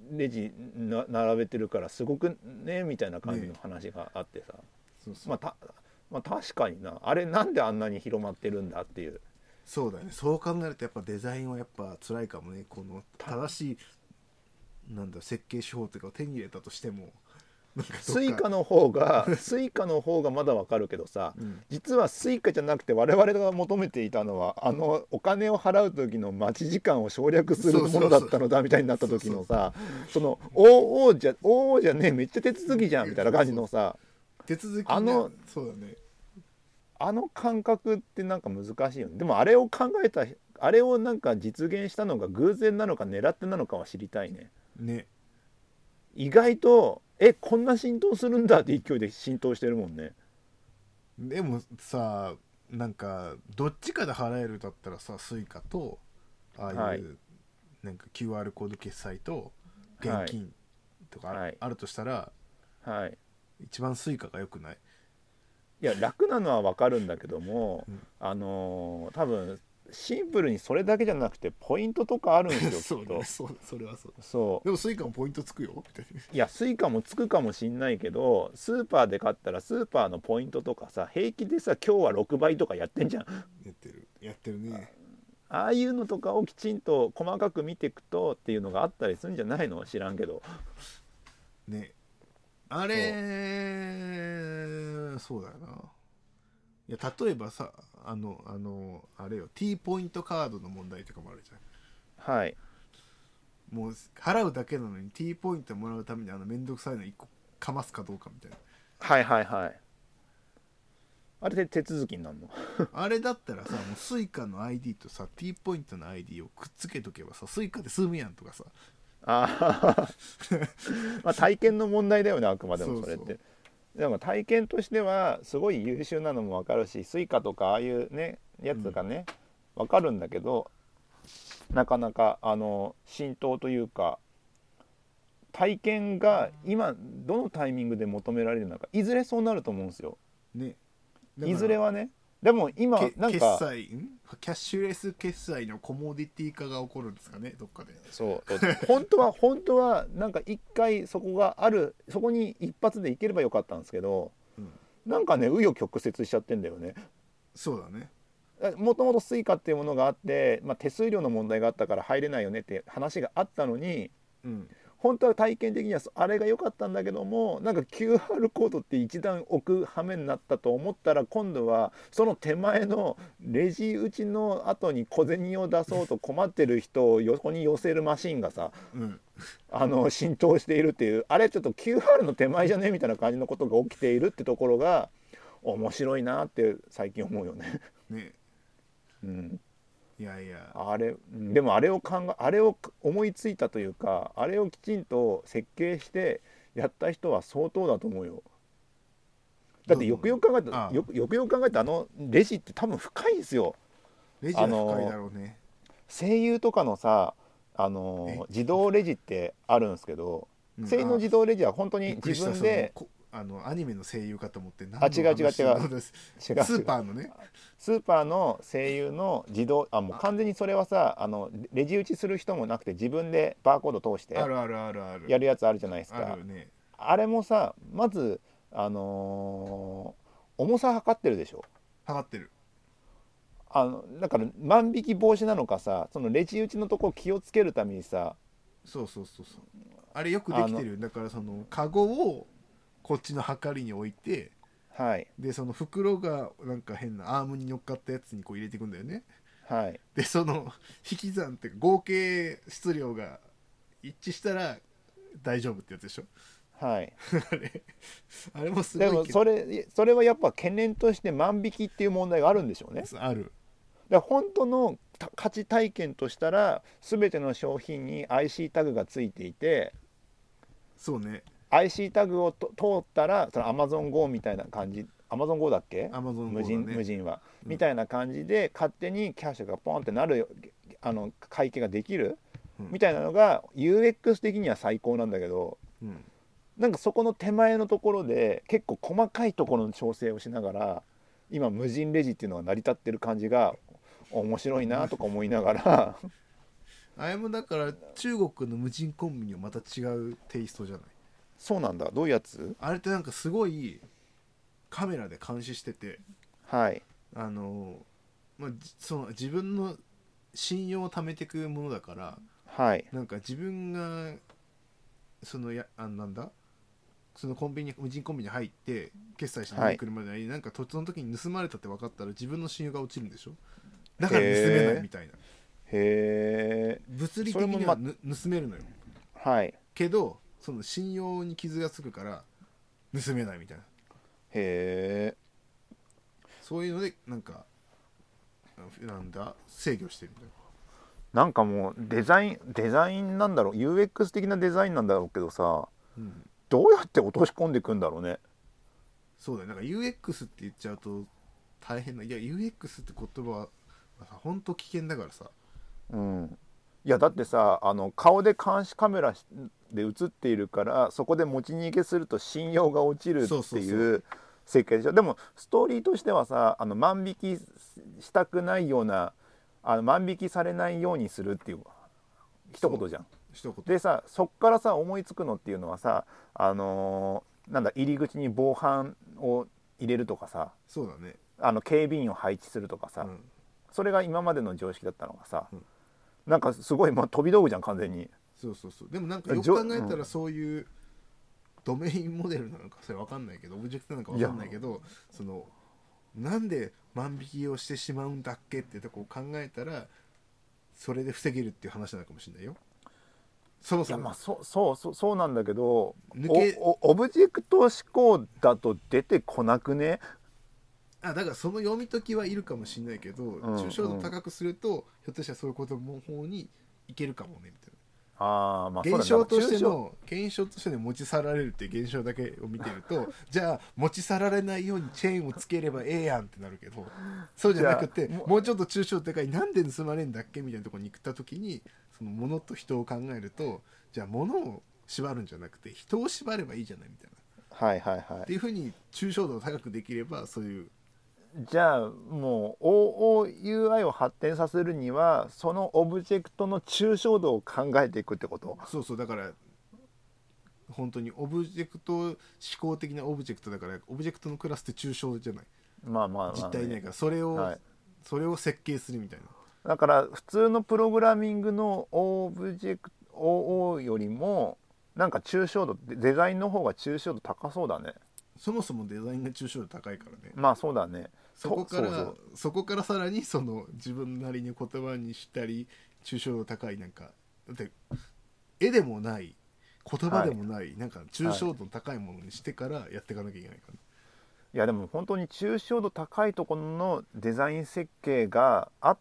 A: レジな並べてるからすごくねみたいな感じの話があってさ、
B: ね、そうそう、
A: まあ、たまあ確かにな、あれなんであんなに広まってるんだっていう。
B: そうだね、そう考えるとやっぱデザインはやっぱ辛いかもね。この正しいなんだ設計手法というかを手に入れたとしても、なんかどっか
A: スイカの方がスイカの方がまだわかるけどさ、
B: うん、
A: 実はスイカじゃなくて我々が求めていたのはあのお金を払う時の待ち時間を省略するものだったのだみたいになった時のさ、そのおおじゃおおじゃねえめっちゃ手続きじゃんみたいな感じのさ、
B: 手続き
A: あの
B: そうだね、
A: あの感覚ってなんか難しいよね。でもあれを考えたあれをなんか実現したのが偶然なのか狙ってなのかは知りたいね。
B: ね、
A: 意外とえこんな浸透するんだって勢いで浸透してるもんね。
B: でもさ、なんかどっちかで払えるだったらさ、スイカとああいう、
A: はい、
B: なんか キューアール コード決済と現金とかある、
A: はい、
B: あるとしたら、
A: はい、
B: 一番スイカが良くない？
A: いや楽なのは分かるんだけども、
B: うん、
A: あのー多分シンプルにそれだけじゃなくてポイントとかあるんですよきっ
B: そうね、
A: と。
B: そう、それはそう。
A: そう
B: でもスイカもポイントつくよみたいな。
A: いやスイカもつくかもしんないけど、スーパーで買ったらスーパーのポイントとかさ平気でさ今日はろくばいとかやってんじゃん。
B: やってるやってるね。
A: ああいうのとかをきちんと細かく見ていくとっていうのがあったりするんじゃないの？知らんけど
B: ね、あれそうだよな。いや例えばさ、あのあのあれよ T ポイントカードの問題とかもあるじゃん。
A: はい
B: もう払うだけなのに T ポイントもらうためにあのめんどくさいのいっこかますかどうかみたいな。
A: はいはいはいあれで手続きになるの？
B: あれだったらさ、もうスイカの アイディー とさ T ポイントの アイディー をくっつけとけばさ、スイカで済むやんとかさ。
A: あまあ体験の問題だよね、あくまでもそれって。
B: そうそう、
A: でも体験としてはすごい優秀なのも分かるし、スイカとかああいうねやつがね、うん、分かるんだけど、なかなかあの浸透というか体験が今どのタイミングで求められるのか、いずれそうなると思うんですよ、
B: ね、
A: いずれはね。でも今なんか
B: 決済んキャッシュレス決済のコモディティ化が起こるんですかね、どっかで。
A: そう本当は本当はなんか一回そこがある、そこに一発でいければよかったんですけど、うん、なんかね紆余曲折しちゃってんだよね。
B: そうだね。
A: もともとスイカっていうものがあって、まあ、手数料の問題があったから入れないよねって話があったのに、うん、本当は体験的にはあれが良かったんだけども、なんか キューアール コードって一段置く羽目になったと思ったら、今度はその手前のレジ打ちの後に小銭を出そうと困ってる人を横に寄せるマシンがさ、うん、あの浸透しているっていう、あれちょっと キューアール の手前じゃねみたいな感じのことが起きているってところが面白いなって最近思うよね。
B: ね、うん、いやいや
A: あれでもあれを考えあれを思いついたというか、あれをきちんと設計してやった人は相当だと思うよ。だってよくよく考えたよくよくよく考えたあのレジって多分深いですよ。
B: レジは深いだろうね。
A: 声優とかのさ、あの自動レジってあるんですけど、うん、声優の自動レジは本当に自分で
B: あのアニメの声優かと思って、
A: あ違う違う違う違う
B: スーパーのね、
A: スーパーの声優の自動、あもう完全にそれはさ、あのレジ打ちする人もなくて自分でバーコード通してやるやつあるじゃないですか。 あ, る、ね、あれもさ、まずあのー、重さ測ってるでしょ。
B: 測ってる。
A: あのだから万引き防止なのかさ、そのレジ打ちのとこ気をつけるためにさ、
B: そうそうそうそう、あれよくできてる。だからそのカゴをこっちの量りに置いて、
A: はい、
B: でその袋がなんか変なアームに乗っかったやつにこう入れていくんだよね。
A: はい、
B: でその引き算っていうか合計質量が一致したら大丈夫ってやつでしょ。
A: はい、
B: あれあれもすごいけど、
A: でもそれそれはやっぱ懸念として万引きっていう問題があるんでしょうね。
B: ある。
A: で本当の価値体験としたら全ての商品に アイシー タグがついていて、
B: そうね、
A: アイシー タグをと通ったらその Amazon Go みたいな感じ、 Amazon Go だっけ、
B: Amazon Go だね、
A: 無人無人は、
B: うん、
A: みたいな感じで勝手にキャッシュがポンってなる、あの会計ができる、うん、みたいなのが ユーエックス 的には最高なんだけど、うん、なんかそこの手前のところで結構細かいところの調整をしながら今無人レジっていうのが成り立ってる感じが面白いなとか思いながら
B: あれもだから中国の無人コンビニはまた違うテイストじゃない。
A: そうなんだ。どういうやつ？
B: あれってなんかすごいカメラで監視してて、
A: はい。
B: あの、まあ、じその自分の信用を貯めていくものだから、
A: はい。
B: なんか自分がそのやあなんだそのコンビニ無人コンビニに入って決済しに来るまでに、なんかその時に盗まれたって分かったら自分の信用が落ちるんでしょ。だから盗めないみたいな。
A: へえ。
B: 物理的には、ま、盗めるのよ。
A: はい。
B: けどその信用に傷がつくから盗めないみたいな。
A: へえ。
B: そういうのでなんかなんだ制御してるみたいな。
A: なんかもうデザインデザインなんだろう ユーエックス 的なデザインなんだろうけどさ、うん、どうやって落とし込んでいくんだろうね。
B: そうだよ。なんか ユーエックス って言っちゃうと大変な。いや ユーエックス って言葉は本当危険だからさ。
A: うん。いやだってさ、あの顔で監視カメラで映っているからそこで持ち逃げすると信用が落ちるっていう設計でしょ。でもストーリーとしてはさ、あの万引きしたくないような、あの万引きされないようにするっていう一言じゃん。
B: 一言
A: でさ、そっからさ思いつくのっていうのはさ、あのー、なんだ入り口に防犯を入れるとかさ、
B: そうだね、
A: あの警備員を配置するとかさ、うん、それが今までの常識だったのがさ、うん、なんかすごい、まあ、飛び道具じゃん完全に。
B: そうそうそう。でもなんかよく考えたらそういうドメインモデルなのかそれ分かんないけど、オブジェクトなのか分かんないけど、そのなんで万引きをしてしまうんだっけってとこを考えたらそれで防げるっていう話なのかもしれないよ。そもそも。いやまあ
A: そそうそうそうなんだけど、抜けおおオブジェクト思考だと出てこなくね。
B: あ、だからその読み解きはいるかもしれないけど、うん、抽象度高くすると、うん、ひょっとしたらそういうことの方にいけるかもねみたいな。
A: あ、まあ、
B: 現象としての現象として持ち去られるっていう現象だけを見てるとじゃあ持ち去られないようにチェーンをつければええやんってなるけど、そうじゃなくてもうちょっと抽象度高い、なんで盗まれるんだっけみたいなところに行った時に、その物と人を考えると、じゃあ物を縛るんじゃなくて人を縛ればいいじゃないみたい
A: な、はいはいはい、
B: っていうふうに抽象度を高くできれば、そういう
A: じゃあもう オーユーアイ を発展させるにはそのオブジェクトの抽象度を考えていくってこと。
B: そうそう。だから本当にオブジェクト思考的なオブジェクトだから、オブジェクトのクラスって抽象じゃない、
A: まあまあまあ、ね、
B: 実体ないからそれを、はい、それを設計するみたいな。
A: だから普通のプログラミングのオブジェクト オーオー よりもなんか抽象度、デザインの方が抽象度高そうだね。
B: そもそもデザインが抽象度高いからね。
A: まあそうだね。
B: そこからそうそう、そこからさらにその自分なりに言葉にしたり、抽象度高い、なんかだって絵でもない言葉でもない、はい、なんか抽象度高いものにしてからやっていかなきゃいけないから、ね、
A: いやでも本当に抽象度高いところのデザイン設計があって、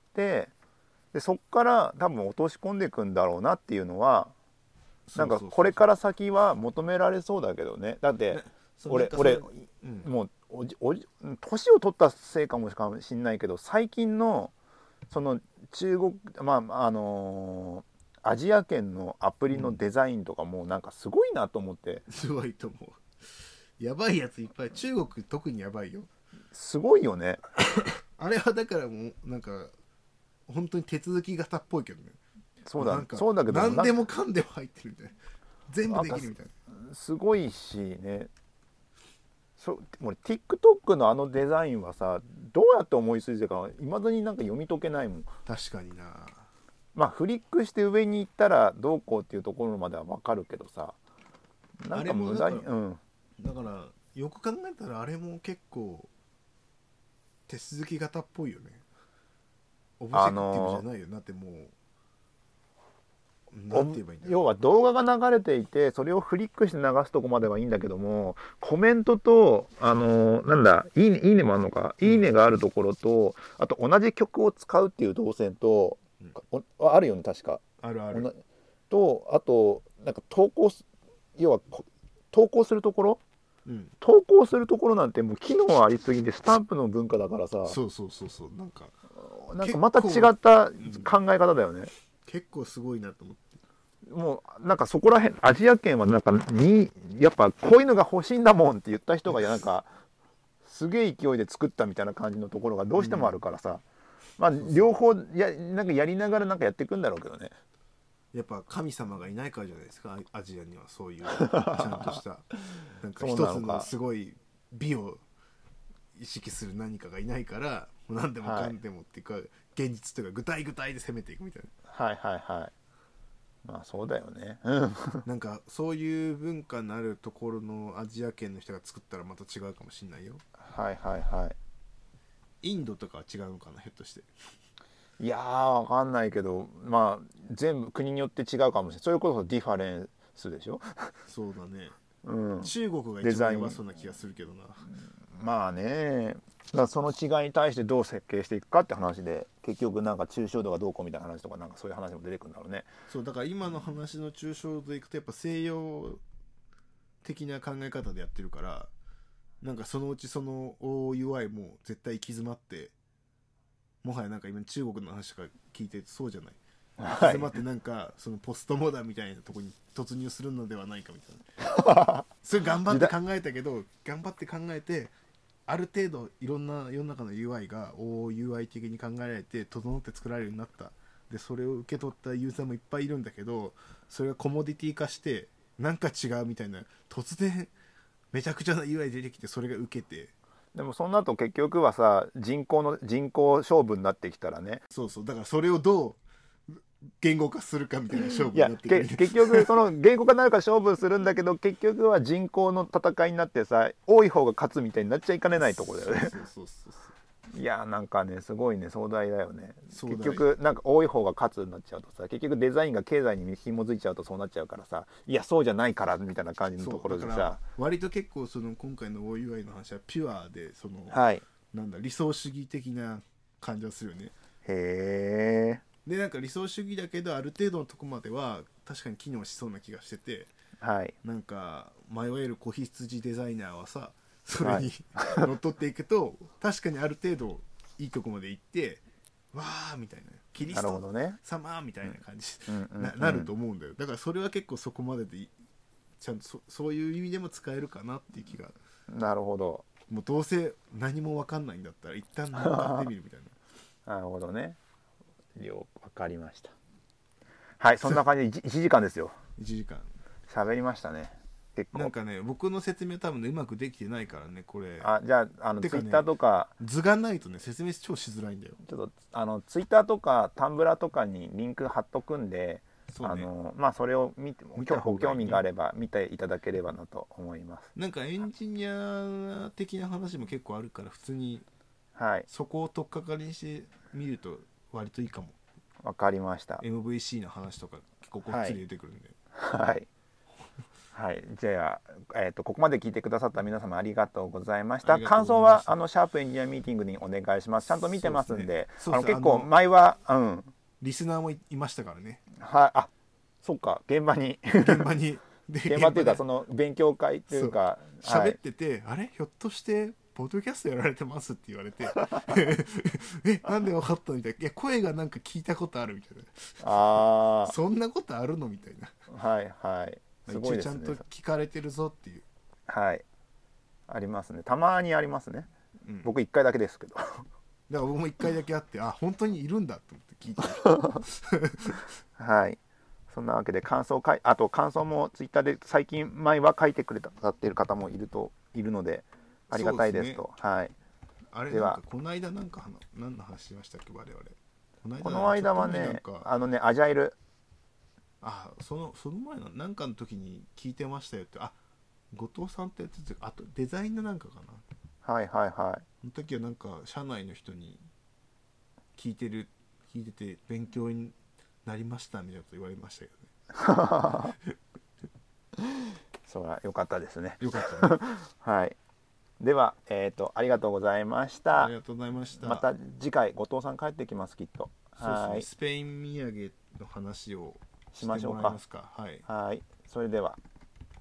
A: でそこから多分落とし込んでいくんだろうなっていうのは、なんかこれから先は求められそうだけどね。だって俺俺、うん、もうおじおじ年を取ったせいかもしれないけど、最近のその中国、まああのー、アジア圏のアプリのデザインとかもなんかすごいなと思って、
B: うん、すごいと思う。やばいやついっぱい。中国特にやばいよ。
A: すごいよね
B: あれはだからもうなんか本当に手続き型っぽいけどね。
A: そうだそうだけど、
B: 何でもかんでも入ってるみたいな、全部できるみたい
A: な、すごいしね。そ俺 TikTok のあのデザインはさ、どうやって思いついてるかいまだになんか読み解けないもん。
B: 確かにな。
A: まあフリックして上に行ったらどうこうっていうところまでは分かるけどさ、なんか無駄に、うん、
B: だからよく考えたらあれも結構手続き型っぽいよね。オブジェクティブじゃないよ。だってもうなんて言えばいいんだろう。
A: 要は動画が流れていてそれをフリックして流すとこまではいいんだけども、コメントとあのなんだいいね、いいねもあるのか、いいねがあるところと、あと同じ曲を使うっていう動線と、うん、あるよね確か。
B: あるある。
A: とあとなんか投稿要は投稿するところ、うん、投稿するところなんてもう機能ありすぎてスタンプの文化だからさ。
B: そうそうそうそう。なんか
A: なんかまた違った考え方だよね。うん、
B: 結構すごいなと思って。
A: もうなんかそこら辺アジア圏はなんかにやっぱこういうのが欲しいんだもんって言った人がなんかすげえ勢いで作ったみたいな感じのところがどうしてもあるからさ、うん、まあ両方やなんかやりながらなんかやっていくんだろうけどね。
B: やっぱ神様がいないからじゃないですか、アジアにはそういうちゃんとしたなんか一つのすごい美を意識する何かがいないから、もう何でもかんでもっていうか、はい、現実というか具体具体で攻めていくみたいな。
A: はいはいはい。まあそうだよね。
B: なんかそういう文化のあるところのアジア圏の人が作ったらまた違うかもしれないよ。
A: はいはいはい。
B: インドとかは違うのかな、ひょっとして。
A: いやー分かんないけど、まあ全部国によって違うかもしれない。それこそディファレンスでしょ。
B: そうだね、
A: うん、
B: 中国が一番やばそうな気がするけどな。
A: まあね、だからその違いに対してどう設計していくかって話で、結局なんか抽象度がどうこうみたいな話とか、なんかそういう話も出てくるんだろうね。
B: そうだから今の話の抽象度でいくとやっぱ西洋的な考え方でやってるから、なんかそのうちその オーユーアイ も絶対行き詰まって、もはやなんか今中国の話とか聞いてそうじゃない、行き詰まってなんかそのポストモダンみたいなところに突入するのではないかみたいなそれ頑張って考えたけど頑張って考えて、ある程度いろんな世の中の ユーアイ が オーユーアイ 的に考えられて整って作られるようになった。でそれを受け取ったユーザーもいっぱいいるんだけど、それがコモディティ化してなんか違うみたいな、突然めちゃくちゃな ユーアイ 出てきてそれが受けて、
A: でもそんなと結局はさ、人口の人口勝負になってきたらね。
B: そうそう、だからそれをどう言語化するかみたいな勝負になってくる。
A: いや結局その言語化になるから勝負するんだけど、結局は人口の戦いになってさ、多い方が勝つみたいになっちゃいかねないところだよね。
B: そうそうそうそう。
A: いやなんかねすごいね壮大だよね。結局なんか多い方が勝つになっちゃうとさ、結局デザインが経済に紐づいちゃうとそうなっちゃうからさ、いやそうじゃないからみたいな感じのところでさ、
B: 割と結構その今回の オーユーアイ の話はピュアで、その、
A: はい、
B: なんだ理想主義的な感じがするよね。
A: へえ。
B: でなんか理想主義だけどある程度のとこまでは確かに機能しそうな気がしてて、
A: はい、なん
B: かまあいわゆる子羊デザイナーはさ、それに乗っ取っていくと、はい、確かにある程度いいとこまで行ってわーみたいな、キリスト様みたいな感じに な, なると思うんだよ。だからそれは結構そこまででちゃんと そ, そういう意味でも使えるかなっていう気が。
A: なるほど。
B: もうどうせ何も分かんないんだったら一旦乗っかってみるみたい
A: ななるほどね。よく分かりました。はい、そんな感じでいちじかんですよ。
B: いちじかん
A: 喋りましたね。結構
B: なんかね僕の説明多分ねうまくできてないからねこれ。
A: あじゃああの、ね、ツイッターとか
B: 図がないとね説明超しづらいんだよ。
A: ちょっとあのツイッターとかタンブラーとかにリンク貼っとくんで、そう、ね、あのまあそれを見てご興味があれば見ていただければなと思います。
B: なんかエンジニア的な話も結構あるから普通に、
A: はい、そ
B: こを取っかかりにしてみると割といいかも。
A: わかりました。
B: エムブイシー の話とか結構こっちで出てくるんで、
A: はい、はいはい、じゃあ、えーと、ここまで聞いてくださった皆様ありがとうございました。感想はあのシャープエンジニアミーティングにお願いします。ちゃんと見てますん で, で、ね、あの結構前は、うん、
B: リスナーも い, いましたからね。
A: はい、あ、そっか、現場に
B: 現場に
A: 現場っていうかその勉強会っていうか
B: 喋ってて、はい、あれひょっとしてポッドキャストやられてますって言われてえなんで分かったみたいな、いや声がなんか聞いたことあるみたいな、あそんなことあるのみたいな、
A: はいはい、すごいですね、
B: 一応ちゃんと聞かれてるぞっていう、
A: はいありますね、たまにありますね、うん、僕いっかいだけですけどだ
B: から僕もいっかいだけあってあ本当にいるんだと思って聞いて
A: はい、そんなわけで感想かいあと感想もツイッターで最近前は書いてくれたっている方もいるといるのでありがたいですと。す、ね、はい。
B: あれではこの間なんか何の話しましたっけ我々。
A: この間、この間はねあのねアジャイル。
B: あそのその前のなんかの時に聞いてましたよって、あ後藤さんってやつあとデザインのなんかか
A: な。はいはいはい。
B: その時はなんか社内の人に聞いてる聞いてて勉強になりましたみたいなこと言われましたけ
A: どね。それは良かったですね。
B: 良かったね。
A: はい。では、えーと、ありがとうございました。
B: ありがとうございました。
A: また次回後藤さん帰ってきますきっと。
B: そうですね、はい。スペイン土産の話を
A: しましょうか。
B: はい。
A: はい。それでは。